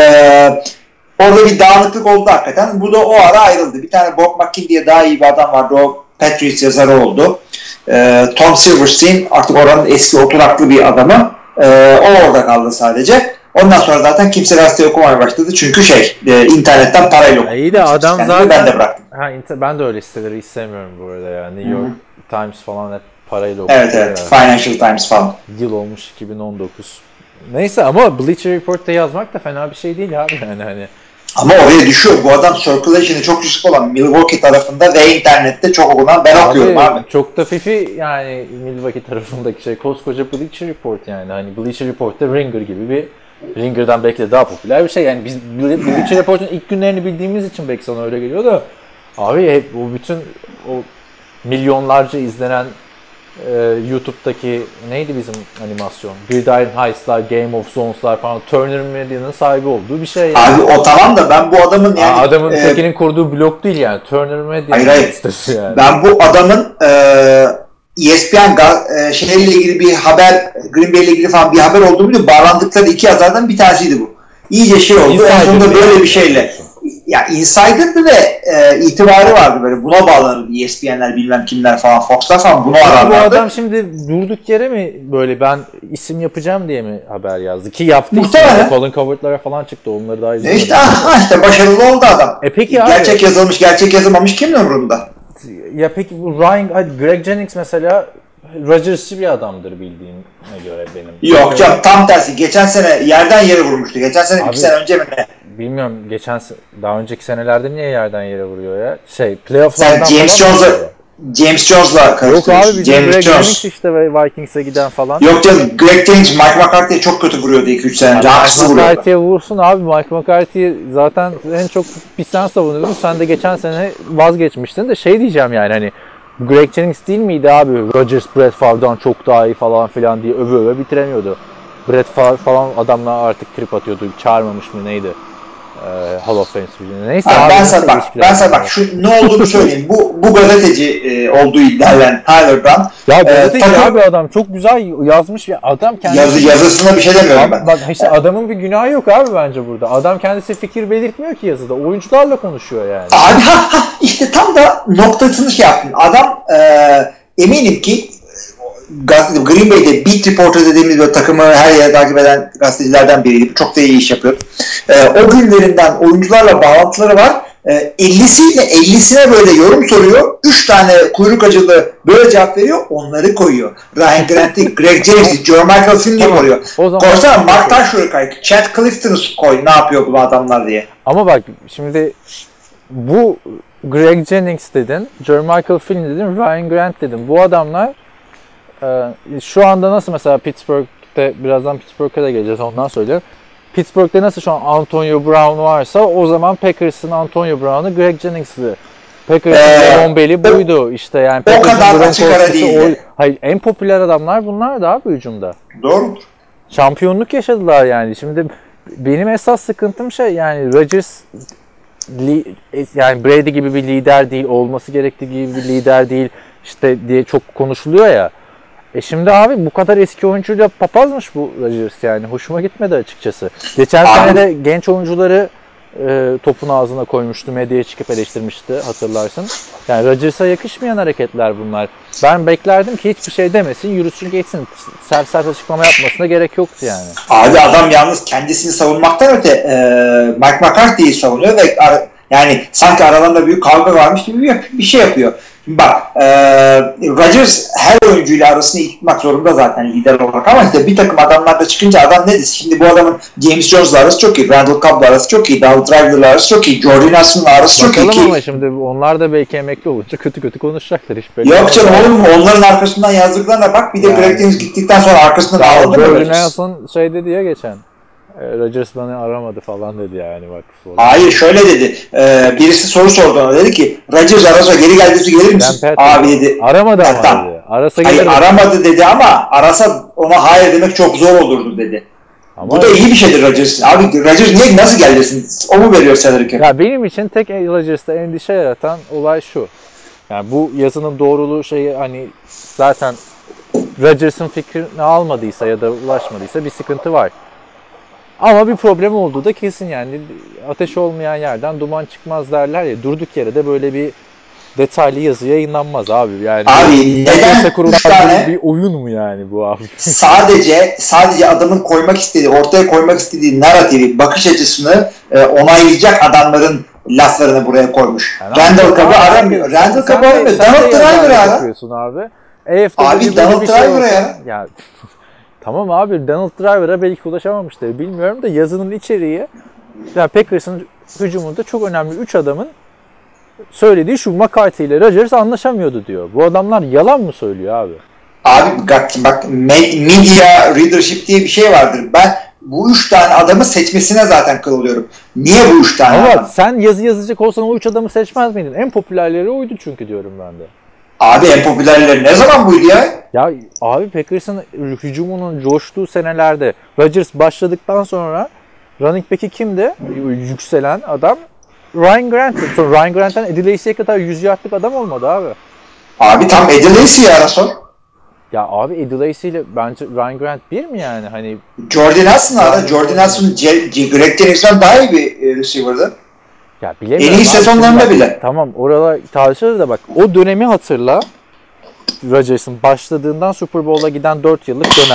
orada bir dağınıklık oldu hakikaten. Bu da o ara ayrıldı. Bir tane Bob McKinney diye daha iyi bir adam vardı. O Patriots yazarı oldu. E, Tom Silverstein artık oranın eski oturaklı bir adamı. E, o orada kaldı sadece. Ondan sonra zaten kimse gazete okumaya başladı. Çünkü şey, e, internetten parayla okuyor. İyi de adam yani zaten... Ben de bıraktım. Ha, ben de öyle siteleri istemiyorum bu arada ya. New York Hı-hı. Times falan hep parayla okuyor. Evet evet. Ya. Financial Times falan. Yıl olmuş iki bin on dokuz. Neyse ama Bleacher Report'ta yazmak da fena bir şey değil abi. Yani hani Ama oraya düşüyor. Bu adam circulation'ı çok yüksek olan Milwaukee tarafında ve internette çok okunan ben abi, okuyorum abi. Çok da fifi yani Milwaukee tarafındaki şey. Koskoca Bleacher Report yani. Hani Bleacher Report'ta Ringer gibi bir Ringer'dan belki de daha popüler bir şey. Yani biz Bleacher Report'un ilk günlerini bildiğimiz için belki sana öyle geliyor da abi hep bu bütün o milyonlarca izlenen e, YouTube'daki neydi bizim animasyon? Gridiron Heights'lar, Game of Zones'lar falan Turner Media'nın sahibi olduğu bir şey. Yani. Abi o tamam da ben bu adamın yani... Aa, adamın e, tekinin kurduğu blog değil yani. Turner Media'nın sitesi yani. Ben bu adamın e, E S P N e, şeyle ilgili bir haber, Green Bay ile ilgili falan bir haber olduğunu biliyorum. Bağlandıkları iki yazardan bir tanesiydi bu. İyice şey oldu. Insider en sonunda böyle yani. bir şeyle. Ya insider'dı ve e, itibarı vardı böyle. Buna bağlanırdı E S P N'ler bilmem kimler falan, Fox'lar falan bunu ararlardı. Bu adam şimdi durduk yere mi böyle ben isim yapacağım diye mi haber yazdı? Ki yaptı işte. Colin Cowherd'lara falan çıktı. Onları daha izlemedim. İşte, ah, işte başarılı oldu adam. E peki gerçek abi. yazılmış, gerçek yazılmamış kimin umurunda? Ya peki bu Ryan, Greg Jennings mesela Rodgers'çı bir adamdır bildiğime göre benim. Yok canım tam tersi. Geçen sene yerden yere vurmuştu. Geçen sene, abi, iki sene önce mi ne? Bilmiyorum. Geçen daha önceki senelerde niye yerden yere vuruyor ya? Şey, playoff'lardan Sen James Jones'la James Jones'la karıştırıyorsun. Yok abi bizim James Greg Jones. Jennings işte Vikings'e giden falan. Yok canım Greg Jennings Mike McCarthy'ye çok kötü vuruyordu iki üç sene önce. Haksız Mike vuruyordu. McCarthy'ye vursun abi. Mike McCarthy'yi zaten en çok bir sen savunuyordun. Sen de geçen sene vazgeçmiştin de şey diyeceğim yani hani Greg Jennings değil miydi abi? Rodgers Brett Favre'dan çok daha iyi falan filan diye öve öve bitiremiyordu. Brett Favre falan adamla artık trip atıyordu. Çağırmamış mı neydi? Ee, Hall of Fame sürecinde. Neyse abi, abi. Ben sana bak, ben sana bak şu ne olduğunu söyleyeyim. Bu bu gazeteci e, olduğu iddia edilen Tyler Brown. Ya gazeteci e, abi adam çok güzel yazmış ve adam kendisi yazı, yazısına bir şey demiyorum ben. Bak işte adamın bir günahı yok abi bence burada. Adam kendisi fikir belirtmiyor ki yazıda. Oyuncularla konuşuyor yani. Abi ha, ha, işte tam da noktasını şey yaptın. Adam e, eminim ki Green Bay'de beat reporter dediğimiz böyle takımı her yere takip eden gazetecilerden biriydi. Çok da iyi iş yapıyor. E, o günlerinden oyuncularla bağlantıları var. E, ellisiyle ellisine böyle yorum soruyor. üç tane kuyruk acılı böyle cevap veriyor. Onları koyuyor. Ryan Grant'i, Greg James'i, Joe Michael Finley tamam. koyuyor. Koysana Mark Taşur'u koy. Chad Clifton'u koy. Ne yapıyor bu adamlar diye. Ama bak şimdi bu Greg Jennings dedin, Joe Michael Finley dedin, Ryan Grant dedin. Bu adamlar şu anda nasıl mesela Pittsburgh'te birazdan Pittsburgh'a da geleceğiz ondan söyleyeyim. Pittsburgh'te nasıl şu an Antonio Brown varsa o zaman Packers'ın Antonio Brown'u Greg Jennings'ti. Packers'ın ee, Le'Veon Bell'i buydu işte yani. O kadar açık ara değildi. Hayır en popüler adamlar bunlar da abi hücumda. Doğru. Şampiyonluk yaşadılar yani. Şimdi benim esas sıkıntım şey yani Rodgers yani Brady gibi bir lider değil, olması gerektiği gibi bir lider değil işte diye çok konuşuluyor ya. E şimdi abi bu kadar eski oyuncuyla papazmış bu Rodgers yani. Hoşuma gitmedi açıkçası. Geçen abi. sene de genç oyuncuları e, topun ağzına koymuştu. Medyaya çıkıp eleştirmişti hatırlarsın. Yani Rodgers'a yakışmayan hareketler bunlar. Ben beklerdim ki hiçbir şey demesin, yürüsün geçsin. Sert sert açıklama yapmasına gerek yoktu yani. Abi adam yalnız kendisini savunmaktan öte e, Mike McCarthy'yi savunuyor ve ar- yani sanki aralarında büyük kavga varmış gibi bir, bir şey yapıyor. Bak, e, Rodgers her oyuncuyla arasını iyi tutmak zorunda zaten lider olarak ama işte bir takım adamlar da çıkınca adam ne desin? Şimdi bu adamın James Jones'la arası çok iyi, Randall Cobb'la arası çok iyi, Donald Driver'la arası çok iyi, Jordan Nelson'la arası Bakalım çok iyi. Bakalım ama şimdi onlar da belki emekli olunca kötü kötü konuşacaklar. Hiç belli Yok canım oğlum onların arkasından yazdıklarına bak bir de yani. Greg Jennings gittikten sonra arkasından ağladı mı? Jordan Nelson şey dedi ya geçen. Rodgers beni aramadı falan dedi yani bak. Hayır şöyle dedi. E, birisi soru sordu ona dedi ki Rodgers arasa geri geldiyse gelir misin? Abi dedi. Aramadı ama Hatta, dedi. Arasa hayır aramadı dedi ama arasa ona hayır demek çok zor olurdu dedi. Ama bu da iyi bir şeydir Rodgers. Abi Rodgers niye nasıl gelirsin? O mu veriyor sanırım? Ya benim için tek Rodgers'ta endişe yaratan olay şu. Yani bu yazının doğruluğu şeyi hani zaten Rodgers'ın fikrini almadıysa ya da ulaşmadıysa bir sıkıntı var. Ama bir problem olduğu da kesin yani. Ateş olmayan yerden duman çıkmaz derler ya. Durduk yere de böyle bir detaylı yazı yayınlanmaz abi. Yani abi neden kurulan tane, bir oyun mu yani bu abi? Sadece sadece adamın koymak istediği, ortaya koymak istediği narratifi, bakış açısını e, onaylayacak adamların laflarını buraya koymuş. Yani Randall Cobb'ı aramıyor. Randall Cobb'ı aramıyor. Donald Driver'ı ara. Abi, abi Donald Driver'ı ya. Ya Tamam abi Donald Driver'a belki ulaşamamıştır bilmiyorum da yazının içeriği yani Packers'ın hücumunda çok önemli üç adamın söylediği şu: McCarthy ile Rodgers anlaşamıyordu diyor. Bu adamlar yalan mı söylüyor abi? Abi bak, bak media readership diye bir şey vardır. Ben bu üç tane adamı seçmesine zaten kırılıyorum. Niye bu üç tane Ama adam? sen yazı yazacak olsan o üç adamı seçmez miydin? En popülerleri oydu çünkü diyorum ben de. Abi en popülerleri ne zaman buydu ya? Ya abi Packers'ın hücumunun coştuğu senelerde Rodgers başladıktan sonra running back'i kimdi? Yükselen adam Ryan Grant'tı. Sonra Ryan Grant'ten Eddie Lacy'ye kadar yüz yardlık adam olmadı abi. Abi tam Eddie Lacy ya sor. Ya abi Eddie Lacy ile bence Ryan Grant bir mi yani? Hani Jordan Nelson arada. Jordan Nelson Greg Jennings'den daha iyi bir e, receiver'dı. ya bilemiyorum. En iyi sezonlarında bile. Tamam, oralar tartışılır da bak o dönemi hatırla. Rodgers'ın başladığından Super Bowl'a giden dört yıllık dönem.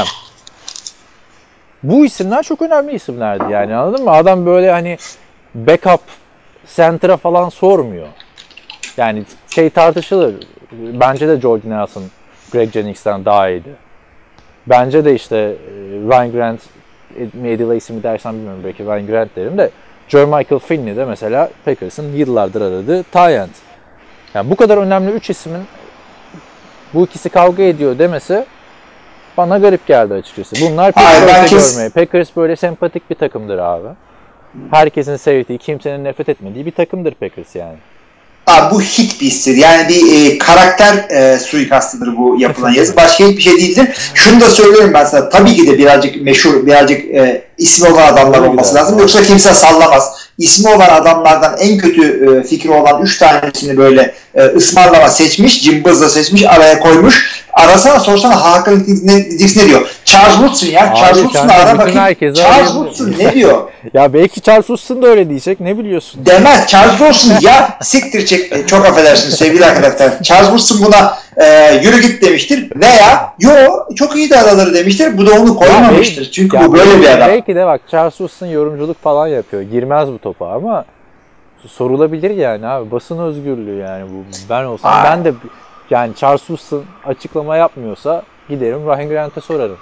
Bu isimler çok önemli isimlerdi yani, anladın mı? Adam böyle hani backup center'a falan sormuyor. Yani şey tartışılır. Bence de Jordan Nelson Greg Jennings'ten daha iyiydi. Bence de işte Ryan Grant mi Eddie Lacy mi dersen bilmiyorum, belki Ryan Grant derim de Jermichael Finley de mesela Packers'ın yıllardır aradığı tight end. Yani bu kadar önemli üç ismin bu ikisi kavga ediyor demesi bana garip geldi açıkçası. Bunlar Packers'ı kes... görmeye. Packers böyle sempatik bir takımdır abi. Herkesin sevdiği, kimsenin nefret etmediği bir takımdır Packers yani. Abi bu hit bir histir. Yani bir e, karakter e, suikastıdır bu yapılan yazı. Başka hiçbir şey değildir. Şunu da söylüyorum ben sana. Tabii ki de birazcık meşhur, birazcık e, ismi olan adamlar Tabii olması de. lazım. Yoksa kimse sallamaz. İsmi olan adamlardan en kötü e, fikri olan üç tanesini böyle e, ısmarlama seçmiş, cımbızla seçmiş, araya koymuş. Arasana sorsana Hakan Dix ne diyor? Charles Woodson ya. Abi, Charles Woodson'ı ara bakayım. Charles Woodson ne diyor? Ya belki Charles Woodson da öyle diyecek, ne biliyorsun? Demez. Charles Woodson ya siktir çek. Çok affedersiniz sevgili arkadaşlar. Charles Woodson buna e, yürü git demiştir veya yo çok iyi de araları demiştir. Bu da onu koymamıştır. Ya, çünkü ya bu böyle bir adam. Belki de bak Charles Woodson yorumculuk falan yapıyor. Girmez bu topa ama sorulabilir yani abi. Basın özgürlüğü yani bu. Ben olsam Aa. ben de yani Charles Woodson açıklama yapmıyorsa giderim Ryan Grant'a sorarım.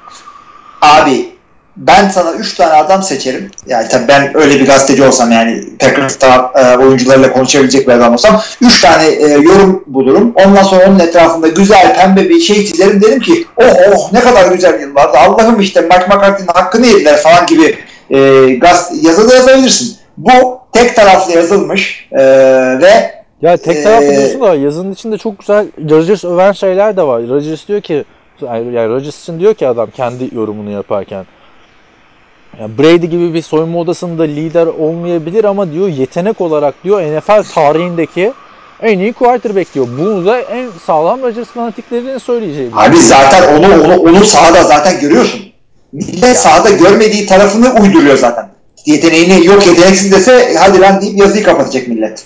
Abi ben sana üç tane adam seçerim. Yani tabii ben öyle bir gazeteci olsam, yani Packers'ta e, oyuncularıyla konuşabilecek bir adam olsam üç tane e, yorum bulurum. Ondan sonra onun etrafında güzel pembe bir şey çizerim. Derim ki oh oh ne kadar güzel yıllardı. Allah'ım işte Mike McCarthy'nin hakkını yediler falan gibi e, gaz, yazıda yazabilirsin. Bu tek taraflı yazılmış e, ve Ya tek taraflı Ee, diyorsun da yazının içinde çok güzel Rodgers öven şeyler de var. Rodgers diyor ki, yani Rodgers için diyor ki adam kendi yorumunu yaparken, yani Brady gibi bir soyunma odasında lider olmayabilir ama diyor yetenek olarak diyor N F L tarihindeki en iyi quarterback diyor. Bunu da en sağlam Rodgers fanatiklerinin söyleyeceği. abi zaten onu onu onu sahada zaten görüyorsun. Millet sahada görmediği tarafını uyduruyor zaten. Yeteneğini yok, yeteneksiz dese hadi lan deyip yazıyı kapatacak millet.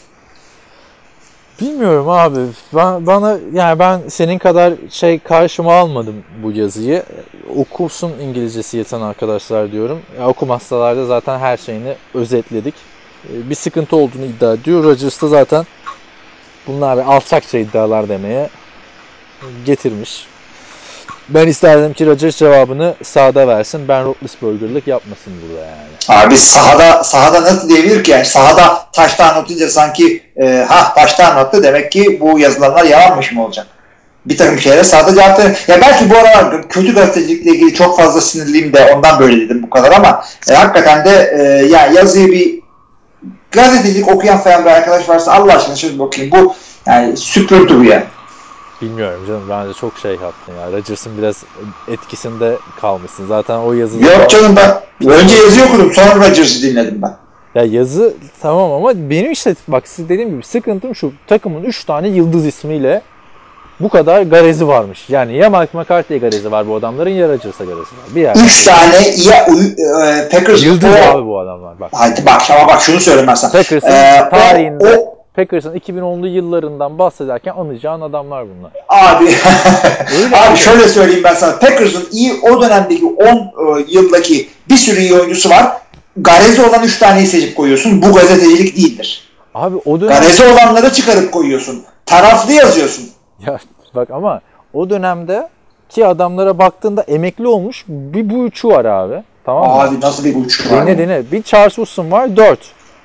Bilmiyorum abi. Ben, bana yani ben senin kadar şey karşıma almadım bu yazıyı. Okusun İngilizcesi yeten arkadaşlar diyorum. Ya, okumazsalar da zaten her şeyini özetledik. Bir sıkıntı olduğunu iddia ediyor. Rodgers da zaten bunlar alçakça iddialar demeye getirmiş. Ben isterdim ki Rodgers cevabını sahada versin. Ben Roethlisberger'lık yapmasın burada yani. Abi sahada sahada nasıl diyebilir ki? Yani sahada taştan atınca sanki e, ha taştan attı demek ki bu yazılanlar yalanmış mı olacak? Bir takım şeylere sahada cevap verir. Ya belki bu aralar kötü gazetecilikle ilgili çok fazla sinirliyim de ondan böyle dedim bu kadar ama e, hakikaten de e, yani yazıyı bir gazetecilik okuyan falan bir arkadaş varsa Allah aşkına şöyle bakayım. Bu yani süpürdü bu ya. Bilmiyorum canım, bence çok şey yaptın ya. Rodgers'ın biraz etkisinde kalmışsın. Zaten o yazıda... Yok canım, ben önce yazı okudum sonra Rodgers'ı dinledim ben. Ya yazı tamam ama benim işte bak siz dediğim gibi sıkıntım şu: takımın üç tane yıldız ismiyle bu kadar garezi varmış. Yani ya Mike McCarthy'ye garezi var bu adamların, ya Rodgers'a garezi var. Bir yer. Üç tane ya e, Packers yıldız o, abi bu adamlar bak. hadi bak ama bak şunu söyleyeyim ben sana. Packers'ın Ee, tarihinde o, o, Packers'ın iki bin onlu yıllarından bahsederken anacağın adamlar bunlar. Abi Öyle abi mi? şöyle söyleyeyim ben sana. Packers'ın iyi o dönemdeki on e, yıldaki bir sürü iyi oyuncusu var. Garezi olan üç taneyi seçip koyuyorsun. Bu gazetecilik değildir. Abi o dönem... Garezi olanları çıkarıp koyuyorsun. Taraflı yazıyorsun. Ya bak ama o dönemde ki adamlara baktığında emekli olmuş bir bu üçü var abi. Tamam mı? Abi nasıl bir uçuk var? Dene dene. Bir Charles Woodson var dört.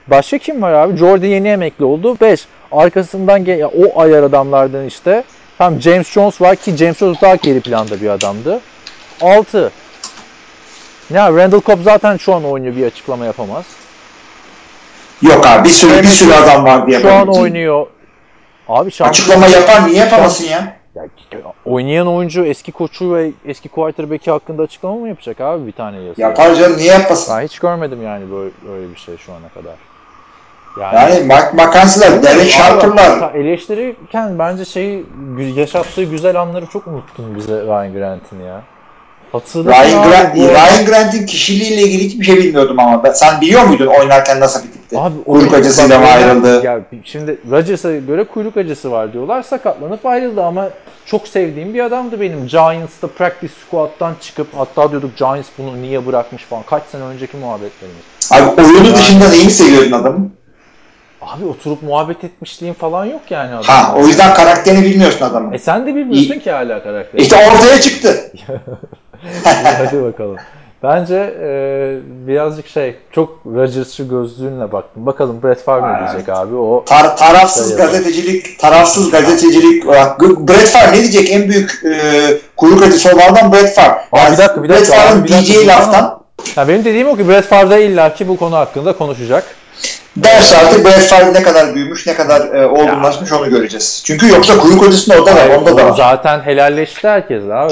Başka kim var abi? Jordy yeni emekli oldu. beş. Arkasından gel- o ayar adamlardan işte. Tam James Jones var ki James Jones daha geri planda bir adamdı. altı. Ya Randall Cobb zaten şu an oynuyor, bir açıklama yapamaz. Yok abi bir sürü bir sürü adam var diye. Şu an oynuyor. Abi şampiyon... Açıklama yapar niye yapamasın ya? Ya, oynayan oyuncu eski koçu ve eski quarterback'i hakkında açıklama mı yapacak abi bir tane yazı? Yapar canım, niye yapmasın? Ben hiç görmedim yani böyle, böyle bir şey şu ana kadar. Yani, yani Mark McCansey'ler, Derek Sharper'lar. Eleştirirken bence şeyi, yaşattığı güzel anları çok unuttun bize Ryan Grant'in ya. Ryan, Grant, Ryan Grant'in kişiliğiyle ilgili hiçbir şey bilmiyordum ama ben, sen biliyor muydun oynarken nasıl bir tipti? Abi, kuyruk acısıyla mı ayrıldı? Ya, şimdi Rodgers'a göre kuyruk acısı var diyorlar, sakatlanıp ayrıldı ama çok sevdiğim bir adamdı benim. Giants'ta practice squad'dan çıkıp, hatta diyorduk Giants bunu niye bırakmış falan, kaç sene önceki muhabbetlerimiz. Abi oyunu yani, dışında neyi seviyordun adamın? Abi oturup muhabbet etmişliğin falan yok yani adamın. Ha, o yüzden karakterini bilmiyorsun adamın. E sen de bilmiyorsun İyi. ki hala karakteri. İşte ortaya çıktı. Hadi bakalım. Bence e, birazcık şey, çok Rodgers'çı gözlüğünle baktım. Bakalım Brett Favre ne diyecek abi? O Tar- tarafsız şey gazetecilik, tarafsız gazetecilik olarak. Brett Favre ne diyecek? En büyük e, kuyruk acısı olanlardan Brett Favre. Yani bir dakika, bir dakika. Brett Favre'ın diyeceği laftan. Ya benim dediğim o ki Brett Favre de illaki bu konu hakkında konuşacak. Derse artık Brett Favre ne kadar büyümüş, ne kadar e, olgunlaşmış onu göreceğiz. Çünkü yoksa kuyruk acısında orada da, onda da var. Zaten helalleşti herkes abi.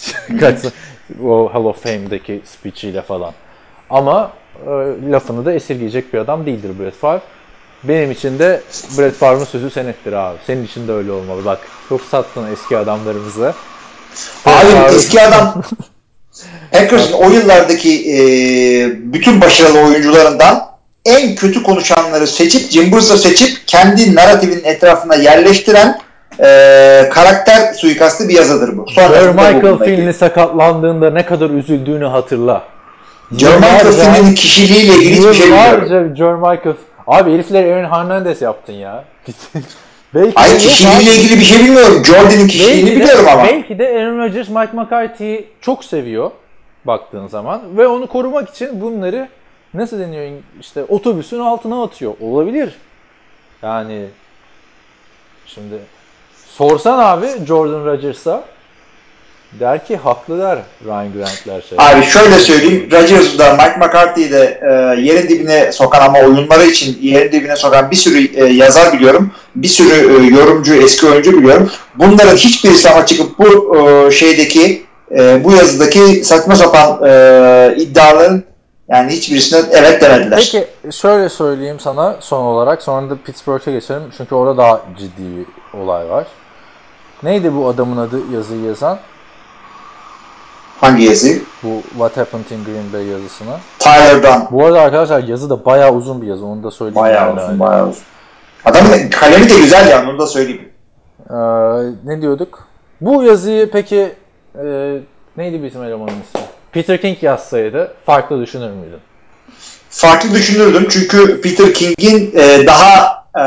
O Hall of Fame'deki speech'iyle falan. Ama e, lafını da esirgeyecek bir adam değildir Brett Favre. Benim için de Brett Favre'ın sözü senettir abi. Senin için de öyle olmalı. Bak çok sattın eski adamlarımızı. Abi eski adam Packers'ın o yıllardaki e, bütün başarılı oyuncularından en kötü konuşanları seçip, cımbızla seçip kendi narratifinin etrafına yerleştiren e, karakter suikastı bir yazıdır bu. Sir Michael Finley sakatlandığında ne kadar üzüldüğünü hatırla. Sir Michael Finley'nin kişiliğiyle ilgili hiçbir şey bilmiyorum. Sir Michael... Abi herifler Aaron Hernandez yaptın ya. Belki Hayır kişiliğiyle ilgili bir şey bilmiyorum. Jordan'ın kişiliğini belki biliyorum de, ama. Belki de Aaron Rodgers Mike McCarthy'yi çok seviyor baktığın zaman ve onu korumak için bunları nasıl deniyor işte otobüsün altına atıyor. Olabilir. Yani şimdi sorsan abi Jordan Rodgers'a der ki haklı der Ryan Grant'ler şey. Abi şöyle söyleyeyim. Rodgers'ı da Mike McCarthy'yi de e, yerin dibine sokan ama oyunları için yerin dibine sokan bir sürü e, yazar biliyorum. Bir sürü e, yorumcu, eski oyuncu biliyorum. Bunların hiçbirisi ama çıkıp bu e, şeydeki e, bu yazıdaki saçma sapan e, iddiaların yani hiçbirisine evet demediler. Peki şöyle söyleyeyim sana son olarak, sonra da Pittsburgh'e geçelim çünkü orada daha ciddi bir olay var. Neydi bu adamın adı yazıyı yazan? Hangi yazı? Bu What Happened in Green Bay yazısına. Tyler Dunn. Bu arada arkadaşlar yazı da bayağı uzun bir yazı, onu da söyleyeyim. Bayağı uzun, yani. bayağı uzun. Adamın kalemi de güzel yani, onu da söyleyeyim. Ee, ne diyorduk? Bu yazıyı peki e, neydi bizim elemanın ismi? Peter King yazsaydı farklı düşünür müydün? Farklı düşünürdüm çünkü Peter King'in e, daha e,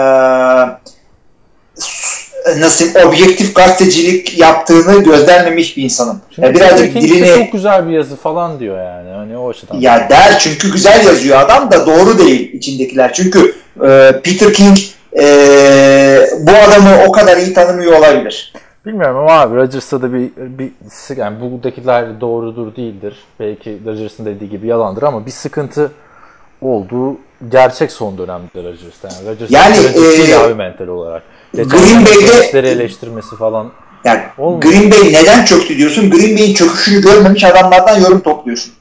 nasıl objektif gazetecilik yaptığını gözlemlemiş bir insanım. Yani birazcık dilini çok güzel bir yazı falan diyor yani. Hani o açıdan. Ya der çünkü güzel yazıyor adam da doğru değil içindekiler. Çünkü e, Peter King e, bu adamı o kadar iyi tanımıyor olabilir. Bilmiyorum ama abi Rodgers'ta da bir, bir yani buradakiler doğrudur değildir. Belki Rodgers'ın dediği gibi yalandır ama bir sıkıntı olduğu gerçek son dönemde Rodgers'ta. Yani Rodgers'ın yani, değil e, abi mental olarak. Geçen Green Bay'de eleştirmesi falan. Yani olmuyor. Green Bay neden çöktü diyorsun? Green Bay'in çöküşünü görmemiş adamlardan yorum topluyorsun.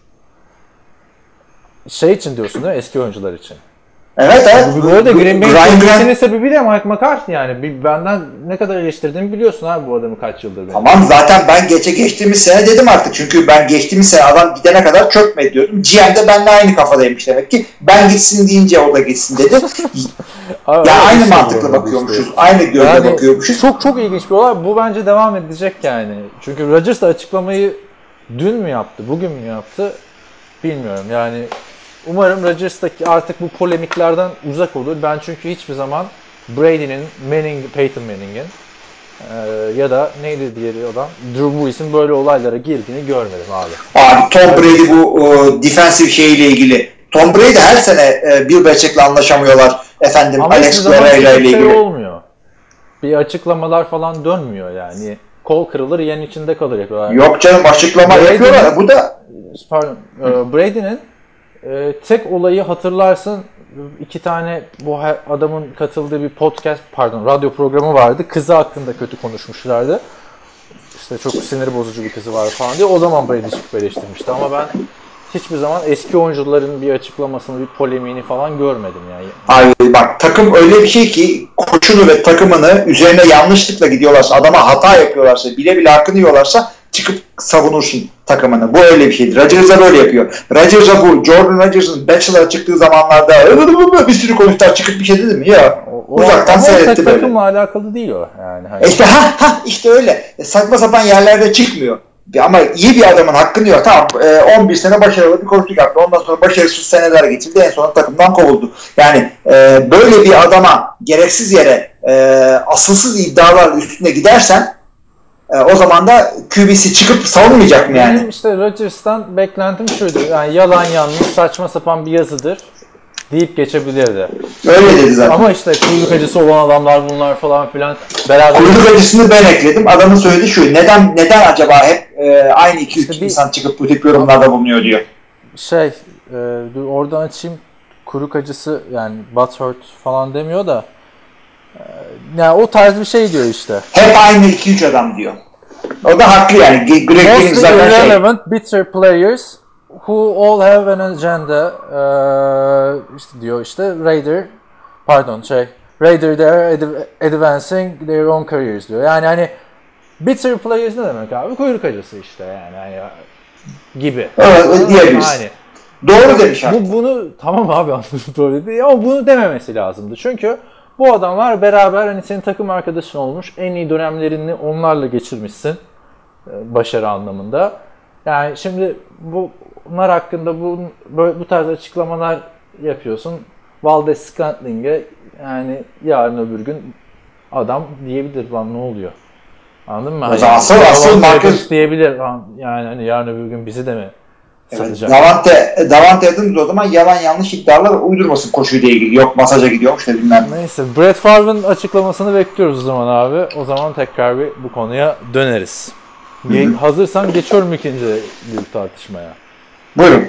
Şey için diyorsun değil mi? Eski oyuncular için. Evet evet. Bu arada Green Bay'in çöküşünün sebebi de Mike McCarthy yani. Bir, benden ne kadar eleştirdiğimi biliyorsun abi bu adamı kaç yıldır. Benim. Tamam zaten ben geçe geçtiğimiz sene dedim artık. Çünkü ben geçtiğimiz sene adam gidene kadar çökmedi diyordum. G M de benimle aynı kafadaymış demek ki. Ben gitsin deyince o da gitsin dedi. Abi, ya aynı mantıkla bakıyormuşuz. Işte. Aynı gözle yani bakıyormuşuz. Çok çok ilginç bir olay. Bu bence devam edecek yani. Çünkü Rodgers da açıklamayı dün mü yaptı, bugün mü yaptı bilmiyorum. Yani umarım Rodgers da artık bu polemiklerden uzak olur. Ben çünkü hiçbir zaman Brady'nin, Manning, Peyton Manning'in e, ya da neydi diğeri adam? Drew Brees'in böyle olaylara girdiğini görmedim abi. Abi Tom Brady bu o, defensive şeyle ilgili Tom Brady her sene e, Bill Belichick'le anlaşamıyorlar. Efendim ama Alex Guerrero ile ilgili. Şey olmuyor. Bir açıklamalar falan dönmüyor yani. Kol kırılır, yen içinde kalır yapıyorlar. Yok canım, açıklama Brady'nin, yapıyorlar. Bu da pardon, Brady'nin e, tek olayı hatırlarsın, iki tane bu adamın katıldığı bir podcast, pardon radyo programı vardı. Kızı hakkında kötü konuşmuşlardı. İşte çok sinir bozucu bir kızı var falan diye. O zaman Brady çıkıp eleştirmişti ama ben hiçbir zaman eski oyuncuların bir açıklamasını, bir polemiğini falan görmedim yani. Abi bak, takım öyle bir şey ki koçunu ve takımını üzerine yanlışlıkla gidiyorlarsa, adama hata yapıyorlarsa, bile bile hakkını yiyorlarsa çıkıp savunursun takımını. Bu öyle bir şeydir. Rodgers'a böyle yapıyor. Rodgers'a bu Jordan Rodgers'ın Bachelor'a çıktığı zamanlarda bir sürü konuşlar çıkıp bir şey dedi mi? Ya o, uzaktan o, seyretti böyle. Takımla alakalı değil o yani. Hani. E işte ha ha işte öyle. E, saçma sapan yerlerde çıkmıyor. Ama iyi bir adamın hakkını yiyor. Tamam, on bir sene başarılı bir koçluk yaptı. Ondan sonra başarısız seneler geçirdi. En son takımdan kovuldu. Yani e, böyle bir adama gereksiz yere e, asılsız iddialar üstüne gidersen e, o zaman da Q B'si çıkıp savunmayacak mı yani? Benim işte Rodgers'tan beklentim şuydu. Yani yalan yanlış saçma sapan bir yazıdır deyip geçebilirdi. Öyle dedi zaten. Ama işte kuyruk acısı olan adamlar bunlar falan filan beraber... Kuyruk acısını ben ekledim. Adamın söylediği şu. Neden neden acaba hep e, aynı iki üç işte bir... insan çıkıp bu tip yorumlarda bulunuyor diyor. Şey, e, dur oradan açayım. Kuyruk acısı yani butthurt falan demiyor da e, yani o tarz bir şey diyor işte. Hep aynı iki üç adam diyor. O da haklı yani. Greg Williams zaten şey. Mostly irrelevant, bitter players who all have an agenda ee, işte diyor işte Raider pardon şey Raider they're adv- advancing their own careers diyor. Yani hani bitter players ne demek abi? Kuyruk acısı işte yani hani gibi. Evet, diyebiliriz. Yani, doğru demiş abi. Bu, bunu tamam abi anladım doğru dedi ama bunu dememesi lazımdı. Çünkü bu adamlar beraber hani senin takım arkadaşın olmuş, en iyi dönemlerini onlarla geçirmişsin başarı anlamında. Yani şimdi bunlar hakkında bu böyle bu tarz açıklamalar yapıyorsun. Valdes-Scantling'e yani yarın öbür gün adam diyebilir lan ne oluyor? Anladın mı? Hani, asıl asıl Marcus diyebilir yani hani yarın öbür gün bizi de mi satacak? Evet, Davante Davante Adams o zaman yalan yanlış iddialar uydurmasın koşuyla ilgili. Yok masaja gidiyormuş da bilmem. Neyse Brett Favre'ın açıklamasını bekliyoruz o zaman abi. O zaman tekrar bir bu konuya döneriz. Ge- hazırsan geçiyorum ikinci büyük tartışmaya. Buyurun.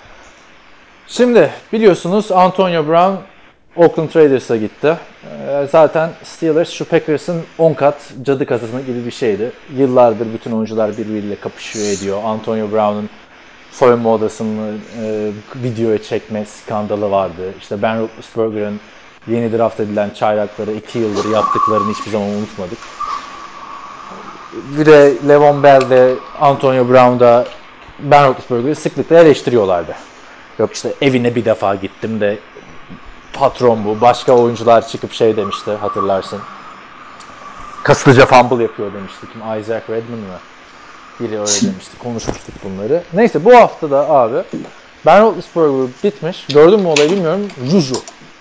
Şimdi biliyorsunuz Antonio Brown Oakland Raiders'a gitti. Ee, zaten Steelers şu Packers'ın on kat cadı kasası gibi bir şeydi. Yıllardır bütün oyuncular birbiriyle kapışıyor ediyor. Antonio Brown'un soyunma odasını e, videoya çekme skandalı vardı. İşte Ben Roethlisberger'ın yeni draft edilen çaylakları iki yıldır yaptıklarını hiçbir zaman unutmadık. Bir de Le'Veon Bell de Antonio Brown'da Ben Roethlisberger'ı sıklıkla eleştiriyorlardı. Yok işte evine bir defa gittim de patron bu. Başka oyuncular çıkıp şey demişti hatırlarsın. Kaslıca fumble yapıyor demişti. Kim? Isaac Redman mı? Biri öyle demişti. Konuşmuştuk bunları. Neyse bu hafta da abi Ben Roethlisberger bitmiş. Gördün mü olayı bilmiyorum. Juju.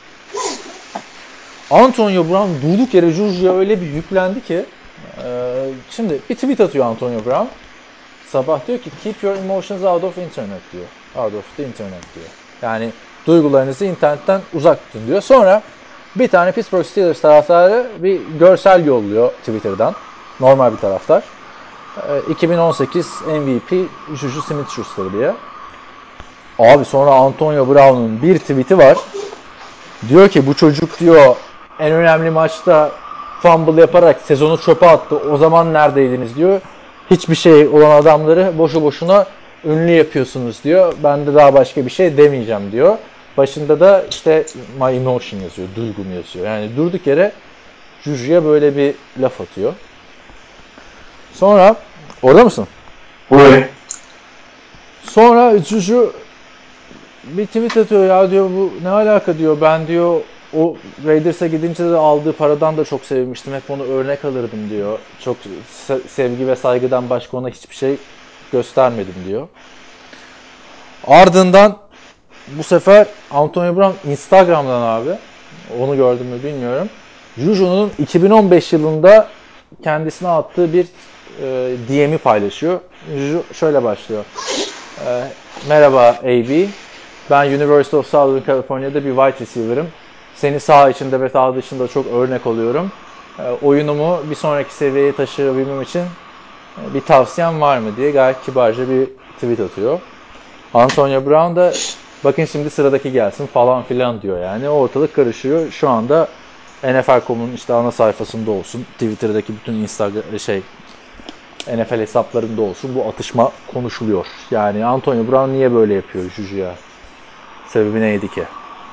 Antonio Brown durduk yere Juju'ya öyle bir yüklendi ki Ee, şimdi bir tweet atıyor Antonio Brown. Sabah diyor ki keep your emotions out of internet diyor. Out of the internet diyor. Yani duygularınızı internetten uzak tutun diyor. Sonra bir tane Pittsburgh Steelers taraftarı bir görsel yolluyor Twitter'dan. Normal bir taraftar. Ee, iki bin on sekiz M V P Juju Smith-Schuster diye. Abi sonra Antonio Brown'un bir tweet'i var. Diyor ki bu çocuk diyor en önemli maçta fumble yaparak sezonu çöpe attı. O zaman neredeydiniz diyor. Hiçbir şey olan adamları boşu boşuna ünlü yapıyorsunuz diyor. Ben de daha başka bir şey demeyeceğim diyor. Başında da işte my emotion yazıyor. Duygum yazıyor. Yani durduk yere Juju'ya böyle bir laf atıyor. Sonra orada mısın? Buyurun. Sonra Juju bir tweet atıyor ya diyor bu ne alaka diyor. Ben diyor o Raiders'a gidince de aldığı paradan da çok sevinmiştim. Hep onu örnek alırdım diyor. Çok se- sevgi ve saygıdan başka ona hiçbir şey göstermedim diyor. Ardından bu sefer Antonio Brown Instagram'dan abi, onu gördüm mü bilmiyorum. Juju'nun iki bin on beş yılında kendisine attığı bir e, D M'i paylaşıyor. Juju şöyle başlıyor. E, Merhaba A B. Ben University of Southern California'da bir wide receiver'ım. Seni saha içinde ve saha dışında çok örnek oluyorum. E, oyunumu bir sonraki seviyeye taşıyabilmem için e, bir tavsiyem var mı diye gayet kibarca bir tweet atıyor. Antonio Brown da bakın şimdi sıradaki gelsin falan filan diyor yani. Ortalık karışıyor. Şu anda N F L nokta com'un işte ana sayfasında olsun, Twitter'daki bütün Instagram şey N F L hesaplarında olsun bu atışma konuşuluyor. Yani Antonio Brown niye böyle yapıyor Juju'ya? Sebebi neydi ki?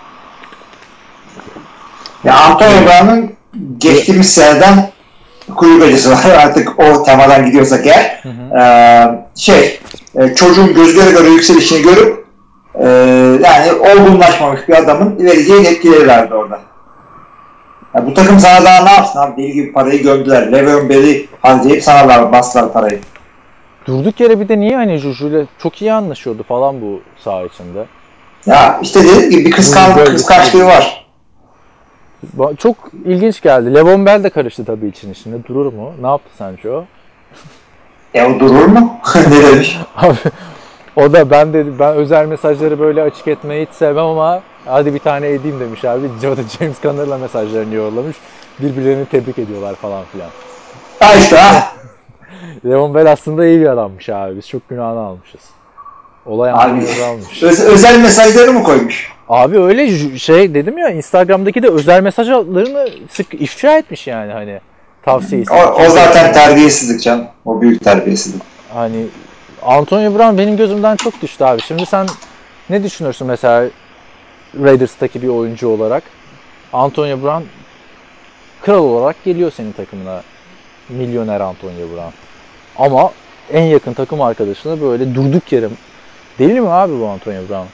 Ya Antonio Brown'un geçtiğimiz seneden kulüp acısı var. Artık o temadan gidiyorsak eğer. Hı hı. Ee, şey, çocuğun göz göre göre yükselişini görüp e, yani olgunlaşmamış bir adamın vereceği tepkileri verdi orada. Ya bu takım sana daha ne yapsın abi? Deli gibi parayı gömdüler. Le'Veon Bell'i harcayıp sana bastılar parayı. Durduk yere bir de niye hani Juju'yla çok iyi anlaşıyordu falan bu saha içinde. Ya işte dediğim gibi bir kıskan, kıskançlığı var. Çok ilginç geldi. Le'Veon Bell de karıştı tabii için içinde. Durur mu? Ne yaptı sence o? E o durur mu? Ne demiş? Abi o da ben dedi ben özel mesajları böyle açık etmeyi hiç sevmem ama hadi bir tane edeyim demiş abi. James Conner'la mesajlarını yollamış. Birbirlerini tebrik ediyorlar falan filan. Ha işte ha. Le'Veon Bell aslında iyi bir adammış abi. Biz çok günahını almışız. Olay almış. Öz, özel mesajları mı koymuş? Abi öyle şey dedim ya Instagram'daki de özel mesajlarını sık ifşa etmiş yani hani tavsiyesi. O, o zaten terbiyesizlik canım. O büyük terbiyesizlik. Hani Antonio Brown benim gözümden çok düştü abi. Şimdi sen ne düşünürsün mesela Raiders'taki bir oyuncu olarak? Antonio Brown kral olarak geliyor senin takımına. Milyoner Antonio Brown. Ama en yakın takım arkadaşına böyle durduk yere deli mi abi bu Antonio Brown?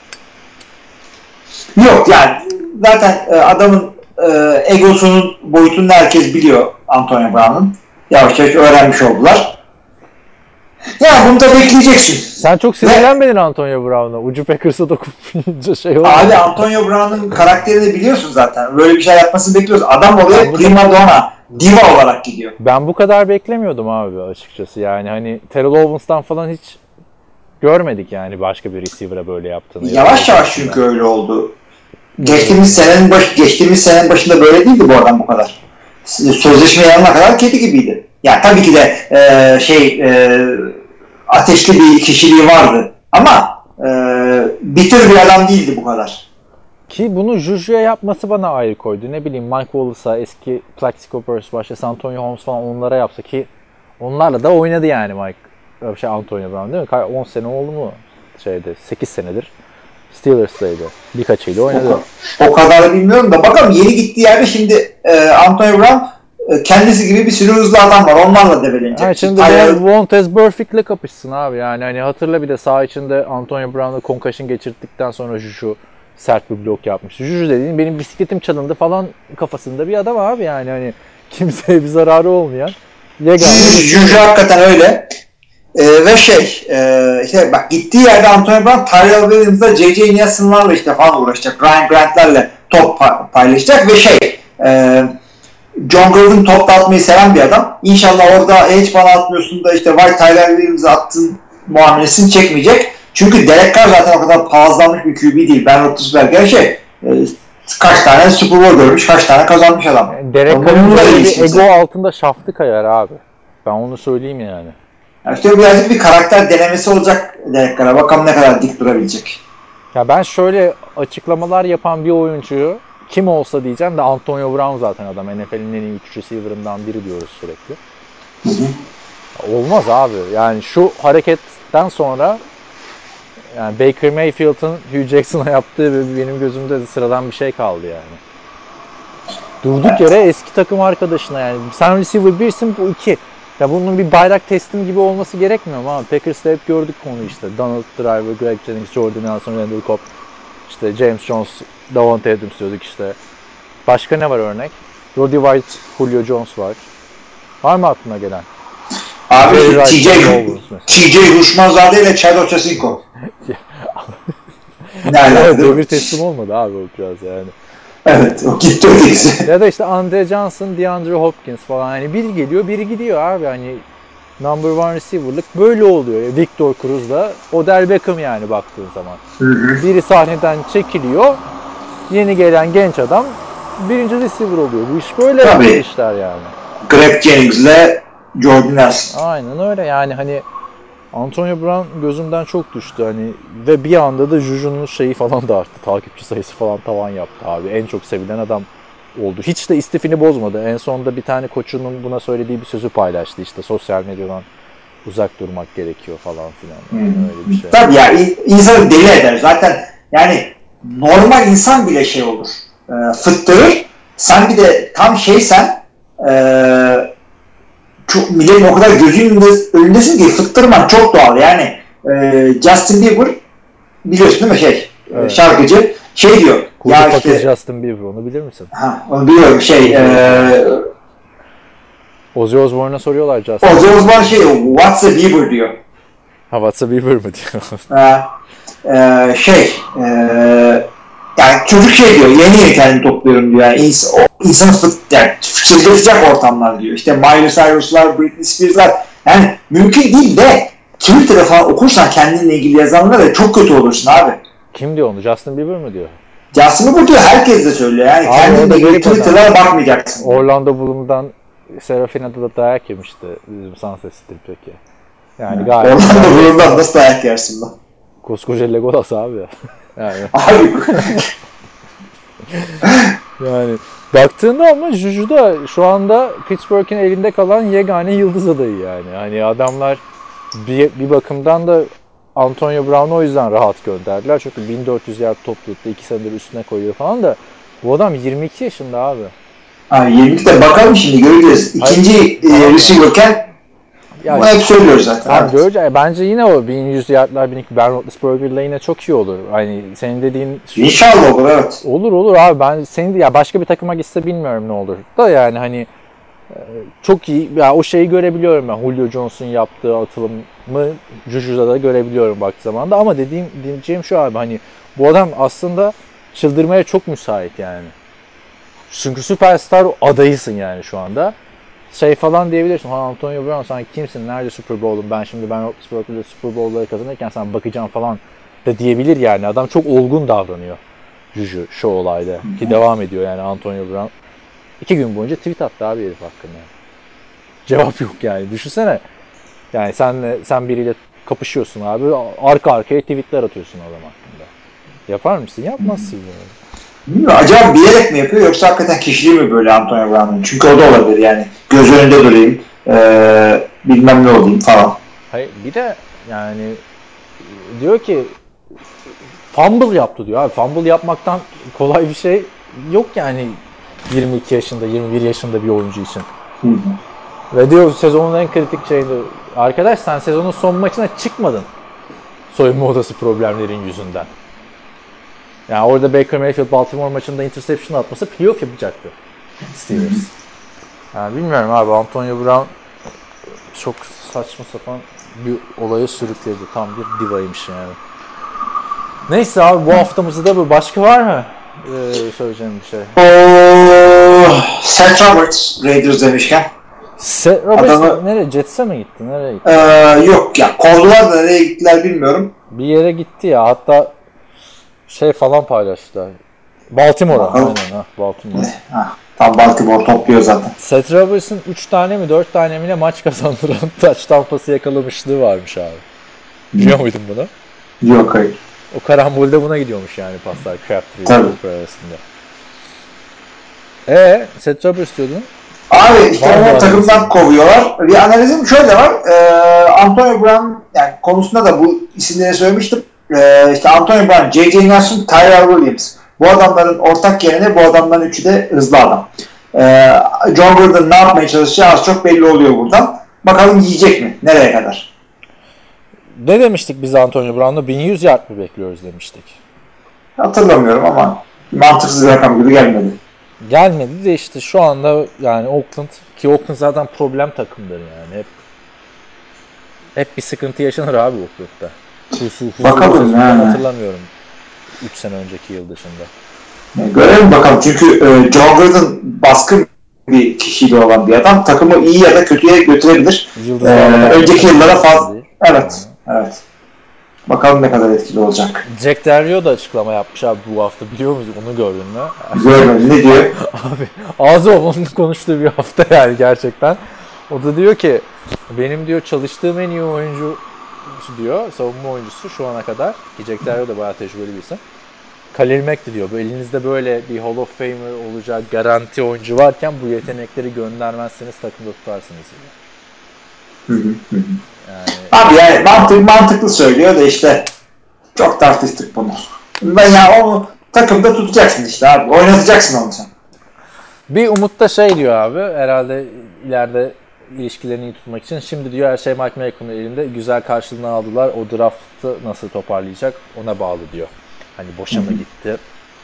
Yok yani zaten adamın e, egosunun boyutunu herkes biliyor Antonio Brown'un. Yavaş yavaş öğrenmiş oldular. Ya bunu da bekleyeceksin. Sen çok sinirlenmedin Antonio Brown'a. Ucu Packers'a dokununca şey oldu. Abi Antonio Brown'un karakterini biliyorsun zaten. Böyle bir şey yapmasını bekliyoruz. Adam oraya prima donna, diva olarak gidiyor. Ben bu kadar beklemiyordum abi açıkçası. Yani hani Terrell Owens'tan falan hiç görmedik yani başka bir receiver'a böyle yaptığını. Yavaş yavaş çünkü öyle oldu. Geçtiğimiz senenin baş, geçtiğimiz senenin başında böyle değildi bu adam bu kadar. Sözleşme yanına kadar kedi gibiydi. Yani tabii ki de e, şey e, ateşli bir kişiliği vardı ama e, bitir bir adam değildi bu kadar. Ki bunu Juju'ya yapması bana ayrı koydu. Ne bileyim Mike Wallace'a, eski Plaxico Burress, başta Antonio Holmes falan onlara yapsa ki onlarla da oynadı yani Mike şey Antonio Brown değil mi? on sene oldu mu? Şeyde sekiz senedir. Steelers'taydı. Birkaçıyla oynadı. O, o kadar bilmiyorum da bakalım yeni gittiği yerde şimdi e, Antonio Brown e, kendisi gibi bir sürü hızlı adam var. Onlarla debelenecek. Yani şimdi Hayır. Vontez Burfict'le kapışsın abi. Yani hani hatırla bir de saha içinde Antonio Brown'la concussion geçirdikten sonra Juju sert bir blok yapmıştı. Juju dediğin benim bisikletim çalındı falan kafasında bir adam abi yani hani kimseye bir zararı olmayan. Juju hakikaten öyle. Ee, ve şey e, işte bak gittiği yerde Antonio Brown Tyrell Williams'la J J Nelson'larla işte falan uğraşacak. Ryan Grant'lerle top paylaşacak ve şey e, John Gruden top atmayı seven bir adam. İnşallah orada hiç bana atmıyorsun da işte White Tyrell Williams'a attığın muamelesini çekmeyecek. Çünkü Derek Carr zaten o kadar pahalanmış bir Q B değil. Ben Roethlisberger şey e, kaç tane Super Bowl görmüş, kaç tane kazanmış adam. Yani Derek Carr'ın bir ego altında şaftı kayar abi. Ben onu söyleyeyim yani. Yani işte birazcık bir karakter denemesi olacak Derek Carr'a. Bakalım ne kadar dik durabilecek. Ya ben şöyle açıklamalar yapan bir oyuncuyu kim olsa diyeceğim de Antonio Brown zaten adam. N F L'in en iyi üç receiver'ından biri diyoruz sürekli. Hı hı. Olmaz abi. Yani şu hareketten sonra yani Baker Mayfield'ın Hugh Jackson'a yaptığı benim gözümde sıradan bir şey kaldı yani. Durduk yere eski takım arkadaşına yani sen receiver birsin bu iki. Ya bunun bir bayrak teslim gibi olması gerekmiyor mu abi? Packers'ta hep gördük konu işte. Donald Driver, Greg Jennings, Jordan Nelson, Randall Cobb, işte James Jones, Davante Adams diyorduk işte. Başka ne var örnek? Roddy White, Julio Jones var. Var mı aklına gelen? Abi T J Huşmanzade ile Chad Ochocinco. Ne alakası? Devir teslim olmadı abi o biraz yani. Evet, o gitti ötekisi. Ya da işte Andre Johnson, DeAndre Hopkins falan. Hani biri geliyor, biri gidiyor abi. Hani number one receiver'lık böyle oluyor. Victor Cruz da Odell Beckham yani baktığın zaman. Hı hı. Biri sahneden çekiliyor. Yeni gelen genç adam birinci receiver oluyor. Bu iş böyle Tabii. işler yani. Greg Jennings'le Jordan Nelson. Aynen öyle yani hani Antonio Brown gözümden çok düştü hani ve bir anda da Juju'nun şeyi falan da arttı. Takipçi sayısı falan tavan yaptı abi. En çok sevilen adam oldu. Hiç de istifini bozmadı. En sonunda bir tane koçunun buna söylediği bir sözü paylaştı. İşte sosyal medyadan uzak durmak gerekiyor falan filan. Yani öyle bir şey. Tabii ya insanı deli eder. Zaten yani normal insan bile şey olur. E, fıttırır. Sen bir de tam şeysen e, çok, milletin o kadar gözünün önündesin ki fıttırman çok doğal. Yani e, Justin Bieber biliyorsun değil mi şey evet. şarkıcı şey diyor. Kurdu ya işte, Justin Bieber onu bilir misin? Ha, onu biliyorum şey e, Ozzy Osbourne'a soruyorlar Justin. Ozzy Osbourne şey What's a Bieber diyor. Ha What's a Bieber mı diyor? Ha, e, şey e, yani çocuk şey diyor yeni yeni kendimi topluyorum diyor. Yani ins- o insanı fıt, yani çıldırtacak ortamlar diyor. İşte Miley Cyrus'lar, Britney Spears'lar yani mümkün değil de Twitter'da falan okursan kendinle ilgili yazanlara da çok kötü olursun abi. Kim diyor onu? Justin Bieber mi diyor? Justin Bieber diyor herkes de söylüyor. Yani abi kendinle ilgili Twitter'lara bakmayacaksın. Orlando Bloom'dan Serafina'da da dayak yemişti bizim Sunset Strip'teki. Yani evet. gayet... Orlando Bloom'dan nasıl dayak yersin lan? Koskoca Legolas abi. Yani. Abi. yani baktığında ama Juju da şu anda Pittsburgh'in elinde kalan yegane yıldız adayı yani. Hani adamlar bir, bir bakımdan da Antonio Brown'u o yüzden rahat gönderdiler. Çünkü bin dört yüz yard top tuttu. iki senedir üstüne koyuyor falan da bu adam yirmi iki yaşında abi. Ha, yirmi ikide bakalım şimdi göreceğiz. İkinci e, receiver'ken yani, bunu hep söylüyoruz zaten. Tamam, göreceğiz. Bence yine o bin yüz yardlar bin iki Ben Roethlisberger'la yine çok iyi olur. Hani senin dediğin İnşallah olur evet. Olur olur abi. Ben senin de ya başka bir takıma gitse bilmiyorum ne olur. Da yani hani çok iyi. Ya o şeyi görebiliyorum ben. Julio Jones'un yaptığı atılımı Juju'da da görebiliyorum baktığı zaman da ama dediğim diyeceğim şu abi hani bu adam aslında çıldırmaya çok müsait yani. Çünkü süperstar adayısın yani şu anda. Şey falan diyebilirsin. Ha Antonio Brown sen kimsin? Nerede Super Bowl'un? Ben şimdi Ben Roethlisberger'le Super Bowl'ları kazanırken sen bakacağım falan da diyebilir yani. Adam çok olgun davranıyor. Juju şu olayda. Hı-hı. Ki devam ediyor yani Antonio Brown. İki gün boyunca tweet attı abi herif hakkında. Cevap yok yani. Düşünsene. Yani senle, sen biriyle kapışıyorsun abi. Arka arkaya tweetler atıyorsun adam hakkında. Yapar mısın? Yapmazsın yani. Bilmiyorum, acaba bilerek mi yapıyor yoksa hakikaten kişiliği mi böyle Antonio Brown'un? Çünkü o da olabilir yani. Göz önünde durayım, ee, bilmem ne olayım falan. Hayır bir de yani diyor ki fumble yaptı diyor abi. Fumble yapmaktan kolay bir şey yok yani yirmi iki yaşında, yirmi bir yaşında bir oyuncu için. Hı hı. Ve diyor sezonun en kritik şeydi. Arkadaş sen sezonun son maçına çıkmadın. Soyunma odası problemlerin yüzünden. Yani orada Baker Mayfield Baltimore maçında interception atması playoff yapacaktı Steelers. Yani bilmiyorum abi Antonio Brown çok saçma sapan bir olaya sürükledi. Tam bir divaymış yani. Neyse abi bu haftamızda da bu. Başka var mı ee, söyleyeceğim bir şey? Oh, Seth Roberts Raiders demişken. Seth Roberts Adamı... nereye? Jets'e mi gitti? Nereye gitti? Ee, yok ya. Kovdular da nereye gittiler bilmiyorum. Bir yere gitti ya. Hatta şey falan paylaştılar. Baltimore'a. Aynen ha. Baltimore. Ha, tam Baltimore topluyor zaten. Seth Roberts'ın üç tane mi dört tane mi maç kazandıran touchdown pası yakalamışlığı varmış abi. Biliyor muydun bunu? Yok hayır. O karambolde buna gidiyormuş yani paslar Crabtree ile Cooper arasında. Eee Seth Roberts diyordun? Abi işte onu takımdan kovuyorlar. Bir analizim şöyle var. Ee, Antonio Brown yani konusunda da bu isimleri söylemiştim. Ee, işte Antonio Brown, J J Nelson, Tyrell Williams. Bu adamların ortak yerine bu adamların üçü de hızlı adam. Ee, John Gruden ne yapmaya çalışacağı az çok belli oluyor buradan. Bakalım yiyecek mi? Nereye kadar? Ne demiştik biz Antonio Brown'da? bin yüz yard mı bekliyoruz demiştik. Hatırlamıyorum ama mantıksız bir rakam gibi gelmedi. Gelmedi de işte şu anda yani Oakland ki Oakland zaten problem takımdır yani. Hep hep bir sıkıntı yaşanır abi Oakland'da. Bakalım yani. Hatırlamıyorum üç sene önceki yıl dışında. Yani görelim bakalım çünkü e, John Gruden baskın bir kişiliği olan bir adam. Takımı iyi ya da kötüye götürebilir. Ee, önceki yıllara fazla. Evet. Evet. Bakalım ne kadar etkili olacak. Jack Del Rio da açıklama yapmış abi bu hafta. Biliyor musun? Onu gördün mü? Görmedim. Ne diyor? Abi ağzı onun konuştuğu bir hafta yani gerçekten. O da diyor ki benim diyor çalıştığım en iyi oyuncu diyor. Savunma oyuncusu şu ana kadar. Ki Jack Del Rio da bayağı tecrübeli bir isim. Khalil Mack'ti diyor. Böyle elinizde böyle bir Hall of Famer olacak garanti oyuncu varken bu yetenekleri göndermezseniz takımda tutarsınız diyor. Hı hı hı. Yani... Abi yani mantık, mantıklı söylüyor da işte çok tartıştık bunu. Ben ya onu takımda tutacaksın işte abi. Oynatacaksın onu sen. Bir Umut da şey diyor abi herhalde ileride ilişkilerini iyi tutmak için. Şimdi diyor her şey Mike Malcolm'un elinde. Güzel karşılığını aldılar. O draft'ı nasıl toparlayacak ona bağlı diyor. Hani boşa mı gitti,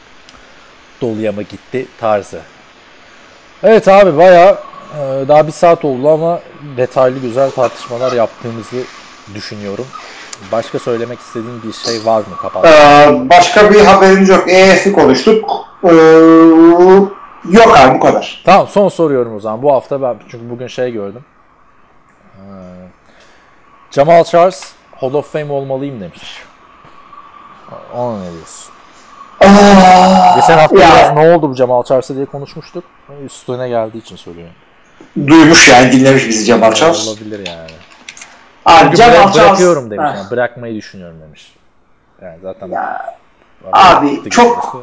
doluya mı gitti tarzı. Evet abi bayağı e, daha bir saat oldu ama detaylı güzel tartışmalar yaptığımızı düşünüyorum. Başka söylemek istediğin bir şey var mı kapatmak? Ee, başka bir haberimiz yok. E F'i konuştuk. Ee, yok abi bu kadar. Tamam son soruyorum o zaman. Bu hafta ben çünkü bugün şey gördüm. Ee, Jamal Charles Hall of Fame olmalıyım demiş. Ona ne diyorsun? Aa, Geçen hafta ya, biraz ne oldu bu Jamal Charles'a diye konuşmuştuk. Üstüne geldiği için söylüyorum. duymuş yani dinlemiş bizi Jamal Charles. Olabilir yani. Abi, Jamal Bıra- Charles bırakıyorum demiş. Heh. Yani. Bırakmayı düşünüyorum demiş. Yani zaten Ya, abi gitti çok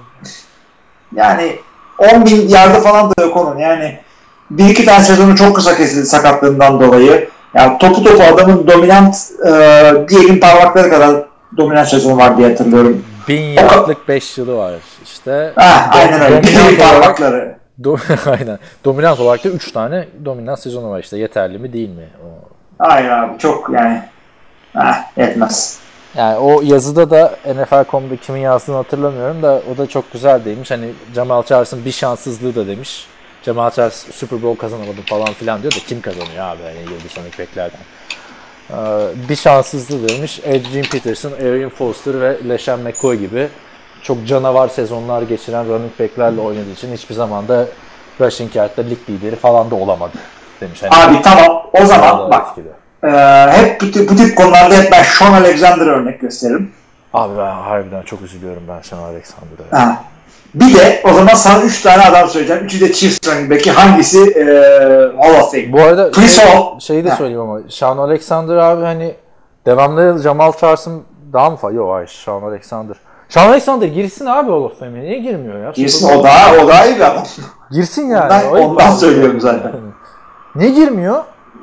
yani on bin yardı falan da yok onun yani bir iki tane sezonu çok kısa kesildi sakatlığından dolayı. Yani topu topu adamın dominant e, diyelim parmakları kadar dominant sezonu var diye hatırlıyorum. bin yardlık beş yılı var işte. Ha, aynen öyle. Bir Dominant olarak, parmakları. do- aynen. Dominant olarak da üç tane dominant sezonu var işte. Yeterli mi değil mi? O. Hayır abi çok yani heh, yetmez. Yani o yazıda da N F L nokta com'da kimin yazdığını hatırlamıyorum da o da çok güzel demiş. Hani Jamal Charles'ın bir şanssızlığı da demiş. Jamal Charles Super Bowl kazanamadı falan filan diyor da kim kazanıyor abi hani yıldız Running Ee, bir şanssızlığı demiş. Adrian Peterson, Arian Foster ve LeSean McCoy gibi çok canavar sezonlar geçiren running back'lerle oynadığı için hiçbir zaman da rushing yard'da lig lideri falan da olamadı demiş. Hani abi tamam o zaman bak. Ee, hep bu tip, bu tip konularda hep ben Sean Alexander örnek gösteririm. Abi ben harbiden çok üzülüyorum ben Sean Alexander'a. Ha. Bir de o zaman sana üç tane adam söyleyeceğim. Üçü de Chiefs running back'i. Hangisi e, Hall of Fame? Bu arada Chris şey, Hall. şeyi de Ha. söyleyeyim ama Sean Alexander abi hani devamlı Jamal Charles'ın daha mı fazla? Yok hayır Sean Alexander. Sean Alexander girsin abi Hall of Fame'e. Niye girmiyor ya? Girsin o daha, o daha iyi bir adam. Girsin yani. Ben O ondan söylüyorum zaten. Niye girmiyor?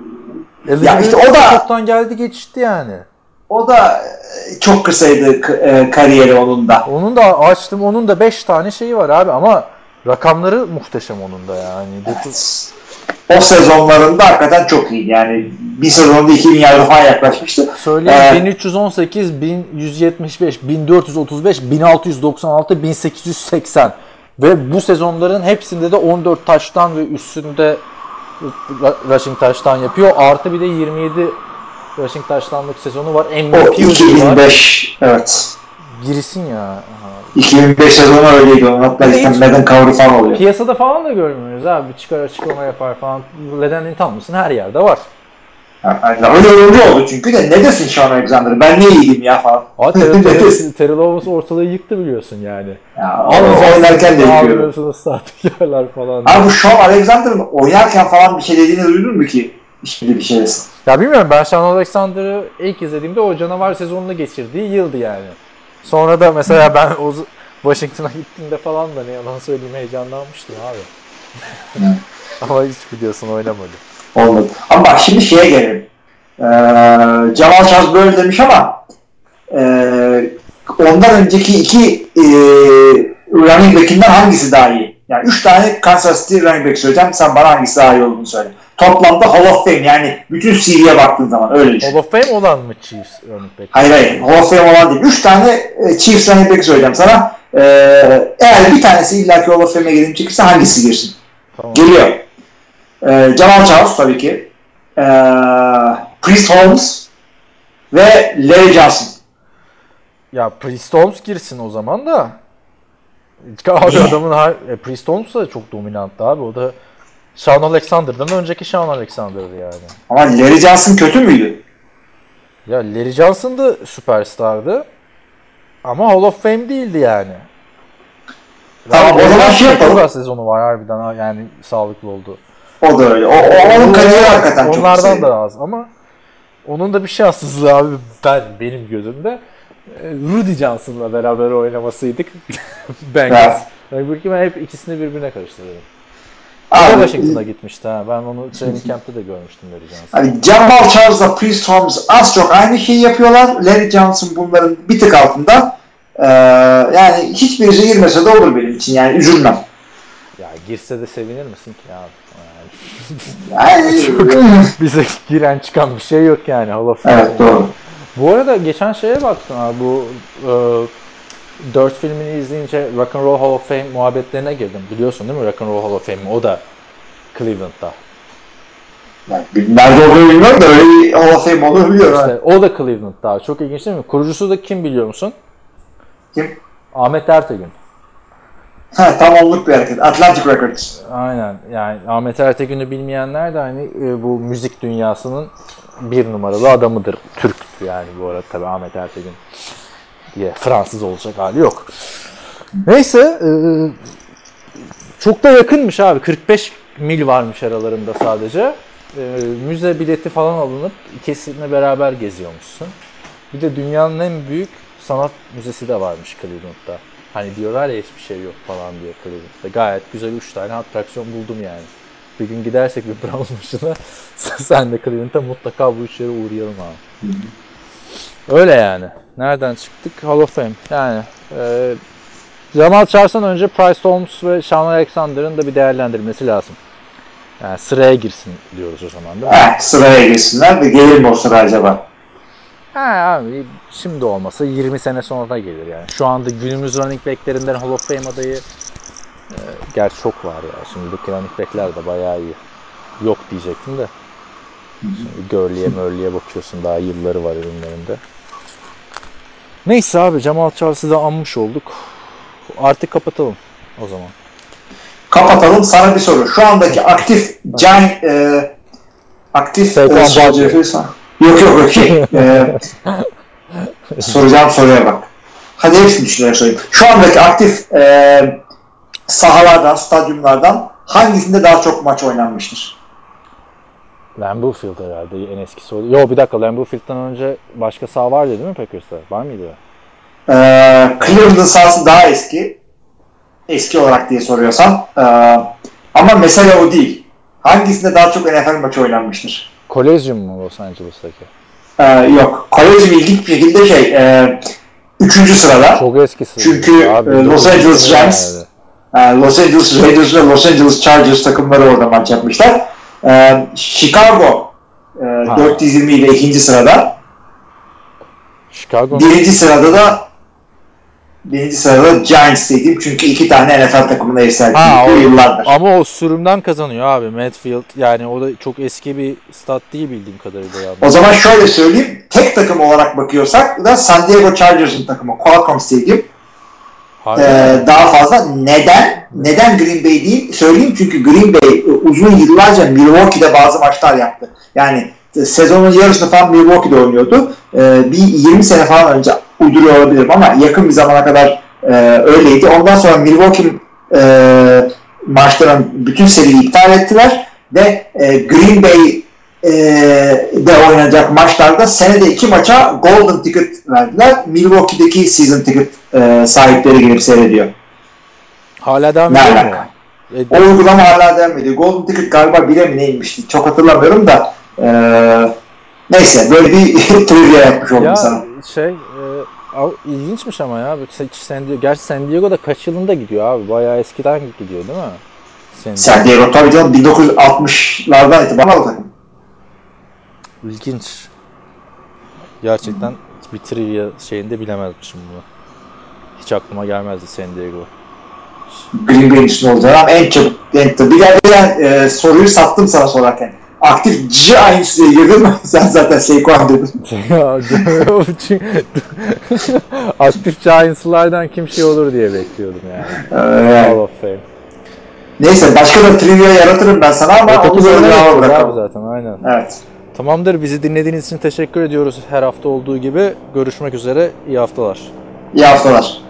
Ya işte o da çoktan geldi geçti yani. o da çok kısaydı k- kariyeri onun da. Onun da açtım. Onun da beş tane şeyi var abi ama rakamları muhteşem onun da yani. Evet. O sezonlarında hakikaten çok iyi. Yani bir sezonda iki bin yarda falan yaklaşmıştı. Söyleyeyim Ee, bin üç yüz on sekiz, bin yüz yetmiş beş, bin dört yüz otuz beş, bin altı yüz doksan altı, bin sekiz yüz seksen ve bu sezonların hepsinde de on dört taştan ve üstünde rushing touchdown yapıyor. Artı bir de yirmi yedi rushing touchdown'lık sezonu var. M V o P iki bin beş var. evet. Girsin ya. iki bin beş sezonu öyleydi. Onun hatta işte Madden cover'ı falan oluyor. Piyasada falan da görmüyoruz abi. Çıkar açıklama yapar falan. Leden'in tanımlısın her yerde var. Yani öyle öyle oldu çünkü de ne desin Sean Alexander? Ben niye iyiydim ya falan. Abi Terrell Terrell Owens ortalığı yıktı biliyorsun yani. Ya, oynarken de yıkıyordu. Alıyorsunuz sahtekarlar falan. Abi bu Sean Alexander'ın oynarken falan bir şey dediğini duydun mu ki? Hiçbir bir şey desin. Ya bilmiyorum ben Sean Alexander'ı ilk izlediğimde o canavar sezonunu geçirdiği yıldı yani. Sonra da mesela ben o Washington'a gittiğimde falan da ne yalan söyleyeyim heyecanlanmıştım abi. Ama hiç biliyorsun oynamadı. Olmadı. Ama bak şimdi şeye gelelim. Ee, Jamal Charles böyle demiş ama e, ondan önceki iki e, running back'inden hangisi daha iyi? Yani üç tane Kansas City running back söyleyeceğim. Sen bana hangisi daha iyi olduğunu söyle. Toplamda Hall of Fame yani bütün C V'ye baktığın zaman öyle düşün. Hall of Fame olan mı Chiefs running back? Hayır hayır. Hall of Fame olan değil. Üç tane e, Chiefs running back söyleyeceğim sana. E, eğer bir tanesi illaki Hall of Fame'e gelin çıkırsa hangisi girsin? Tamam. Geliyor. E, Jamal Charles tabii ki. E, Priest Holmes ve Larry Johnson. Ya Priest Holmes girsin o zaman da. Abi adamın har- e, Priest Holmes da çok dominanttı abi. O da Shaun Alexander'dan önceki Shaun Alexander'dı yani. Ama Larry Johnson kötü müydü? Ya Larry Johnson da süperstardı. Ama Hall of Fame değildi yani. Tamam, o zaman şey yapalım. Çok sezonu var harbiden, yani sağlıklı oldu. O da öyle. O, o onun kariyeri hakikaten çok onlardan da az ama onun da bir şanssızlığı abi, ben benim gözümde Rudy Johnson'la beraber oynamasıydık. Bengals. Yani ben hep ikisini birbirine karıştırıyorum. O da Washington'a gitmişti ha. Ben onu training camp'te de görmüştüm Larry Johnson. Hani Jamal Charles'la Priest Holmes az çok aynı şeyi yapıyorlar. Larry Johnson bunların bir tık altında. Ee, yani hiçbirisi girmese de olur benim için. Yani üzülmem. Ya girse de sevinir misin ki ya? Yani, yani bize giren çıkan bir şey yok yani Hall of Fame. Evet, doğru. Bu arada geçen şeye baktım abi, bu e, dört filmini izleyince Rock and Roll Hall of Fame muhabbetlerine girdim. Biliyorsun değil mi Rock and Roll Hall of Fame? O da Cleveland'da. Yani, nerede olduğunu bilmiyorum da öyle bir Hall of Fame olduğunu biliyorum. İşte, o da Cleveland'da. Çok ilginç değil mi? Kurucusu da kim biliyor musun? Kim? Ahmet Ertegün. Ha, tam onluk bir hareket. Atlantic Records. Aynen. Yani Ahmet Ertegün'ü bilmeyenler de hani e, bu müzik dünyasının bir numaralı adamıdır. Türk yani bu arada tabii Ahmet Ertegün diye Fransız olacak hali yok. Neyse e, çok da yakınmış abi. kırk beş mil varmış aralarında sadece. E, müze bileti falan alınıp ikisini beraber geziyormuşsun. Bir de dünyanın en büyük sanat müzesi de varmış Cleveland'da. Hani diyorlar ya hiçbir şey yok falan diye Cleveland'da. Gayet güzel üç tane atraksiyon buldum yani. Bir gün gidersek bir Browns maçına sen de Cleveland'da mutlaka bu üç yere uğrayalım abi. Öyle yani. Nereden çıktık? Hall of Fame. Yani e, Jamal Charles'tan önce Price Holmes ve Shaun Alexander'ın da bir değerlendirilmesi lazım. Yani sıraya girsin diyoruz o zaman değil mi? Evet, sıraya girsinler de gelir mi o sıra acaba? Ha abi şimdi olmasa yirmi sene sonra da gelir yani. Şu anda günümüz running back'lerinden Hall of Fame adayı e, gerçi çok var ya. Şimdiki running back'ler de bayağı iyi. Yok diyecektim de. Şimdi Gurley'e Murley'e bakıyorsun, daha yılları var ürünlerinde. Neyse abi, Jamal Charles'ı da anmış olduk. Artık kapatalım o zaman. Kapatalım. Sana bir soru. Şu andaki aktif Giant e, aktif e, soldier yok yok yok şey. e, soracağım soruya bak. Hadi hepsini düşünerek sorayım. Şu andaki aktif e, sahalardan, stadyumlardan hangisinde daha çok maç oynanmıştır? Lambeau Field herhalde en eskisi oldu. Yo bir dakika, Lambeau Field'dan önce başka saha vardı değil mi Packers'ta? Var mıydı? Ee, Cleveland'ın sahası daha eski. Eski olarak diye soruyorsan. Ee, ama mesele o değil. Hangisinde daha çok N F L maçı oynanmıştır? Coliseum mu Los Angeles'taki? Ee, yok. Coliseum ilginç bir şekilde şey e, üçüncü sırada. Çok eskisi. Çünkü abi, e, Los Angeles Rams, e, Los Angeles Raiders ve Los Angeles Chargers takımları orada maç yapmışlar. E, Chicago e, dört yüz yirmi ile ikinci sırada. Chicago. Birinci sırada da birinci sırada Giants diyeyim çünkü iki tane N F L takımına ev sahipliği yıllardır. Ama o sürümden kazanıyor abi Medfield. Yani o da çok eski bir stat değil bildiğim kadarıyla. Yani. O zaman şöyle söyleyeyim. Tek takım olarak bakıyorsak da San Diego Chargers'ın takımı Qualcomm Stadium. Ee, daha fazla. Neden? Neden Green Bay değil? Söyleyeyim çünkü Green Bay uzun yıllarca Milwaukee'de bazı maçlar yaptı. Yani sezonun yarısını falan Milwaukee'de oynuyordu. Ee, bir yirmi sene falan önce uyduruyor olabilirim ama yakın bir zamana kadar e, öyleydi. Ondan sonra Milwaukee e, maçların bütün seriyi iptal ettiler ve e, Green Bay e, de oynanacak maçlarda senede iki maça Golden Ticket verdiler. Milwaukee'deki season ticket e, sahipleri gelip seyrediyor. Hala devam ediyor mu? O uygulama hala devam ediyor. Golden Ticket galiba bire mi neymişti? Çok hatırlamıyorum da e, neyse böyle bir trivia yapmış oldum ya, sana. Şey e, ilginçmiş ama ya. San Diego, gerçi San Diego'da kaç yılında gidiyor abi? Bayağı eskiden gidiyor değil mi? San, San Diego tabii canım bin dokuz yüz altmışlardan itibaren o takım. İlginç. Gerçekten bir trivia şeyinde bilemezmişim bunu. Hiç aklıma gelmezdi San Diego. Green Bay'in üstüne olacağını ama en çok en tabii ben e, soruyu sattım sana sorarken. Aktif Giants diye girdin mi? Sen zaten Saquon dedin. Aktif Giants'lardan kim şey olur diye bekliyordum yani. Evet. Hall of Fame. Neyse başka da trivia yaratırım ben sana ama Öteki onu böyle bölüme devam gideceğiz bırakalım. abi zaten aynen. Evet. Tamamdır. Bizi dinlediğiniz için teşekkür ediyoruz her hafta olduğu gibi. Görüşmek üzere. İyi haftalar. İyi haftalar.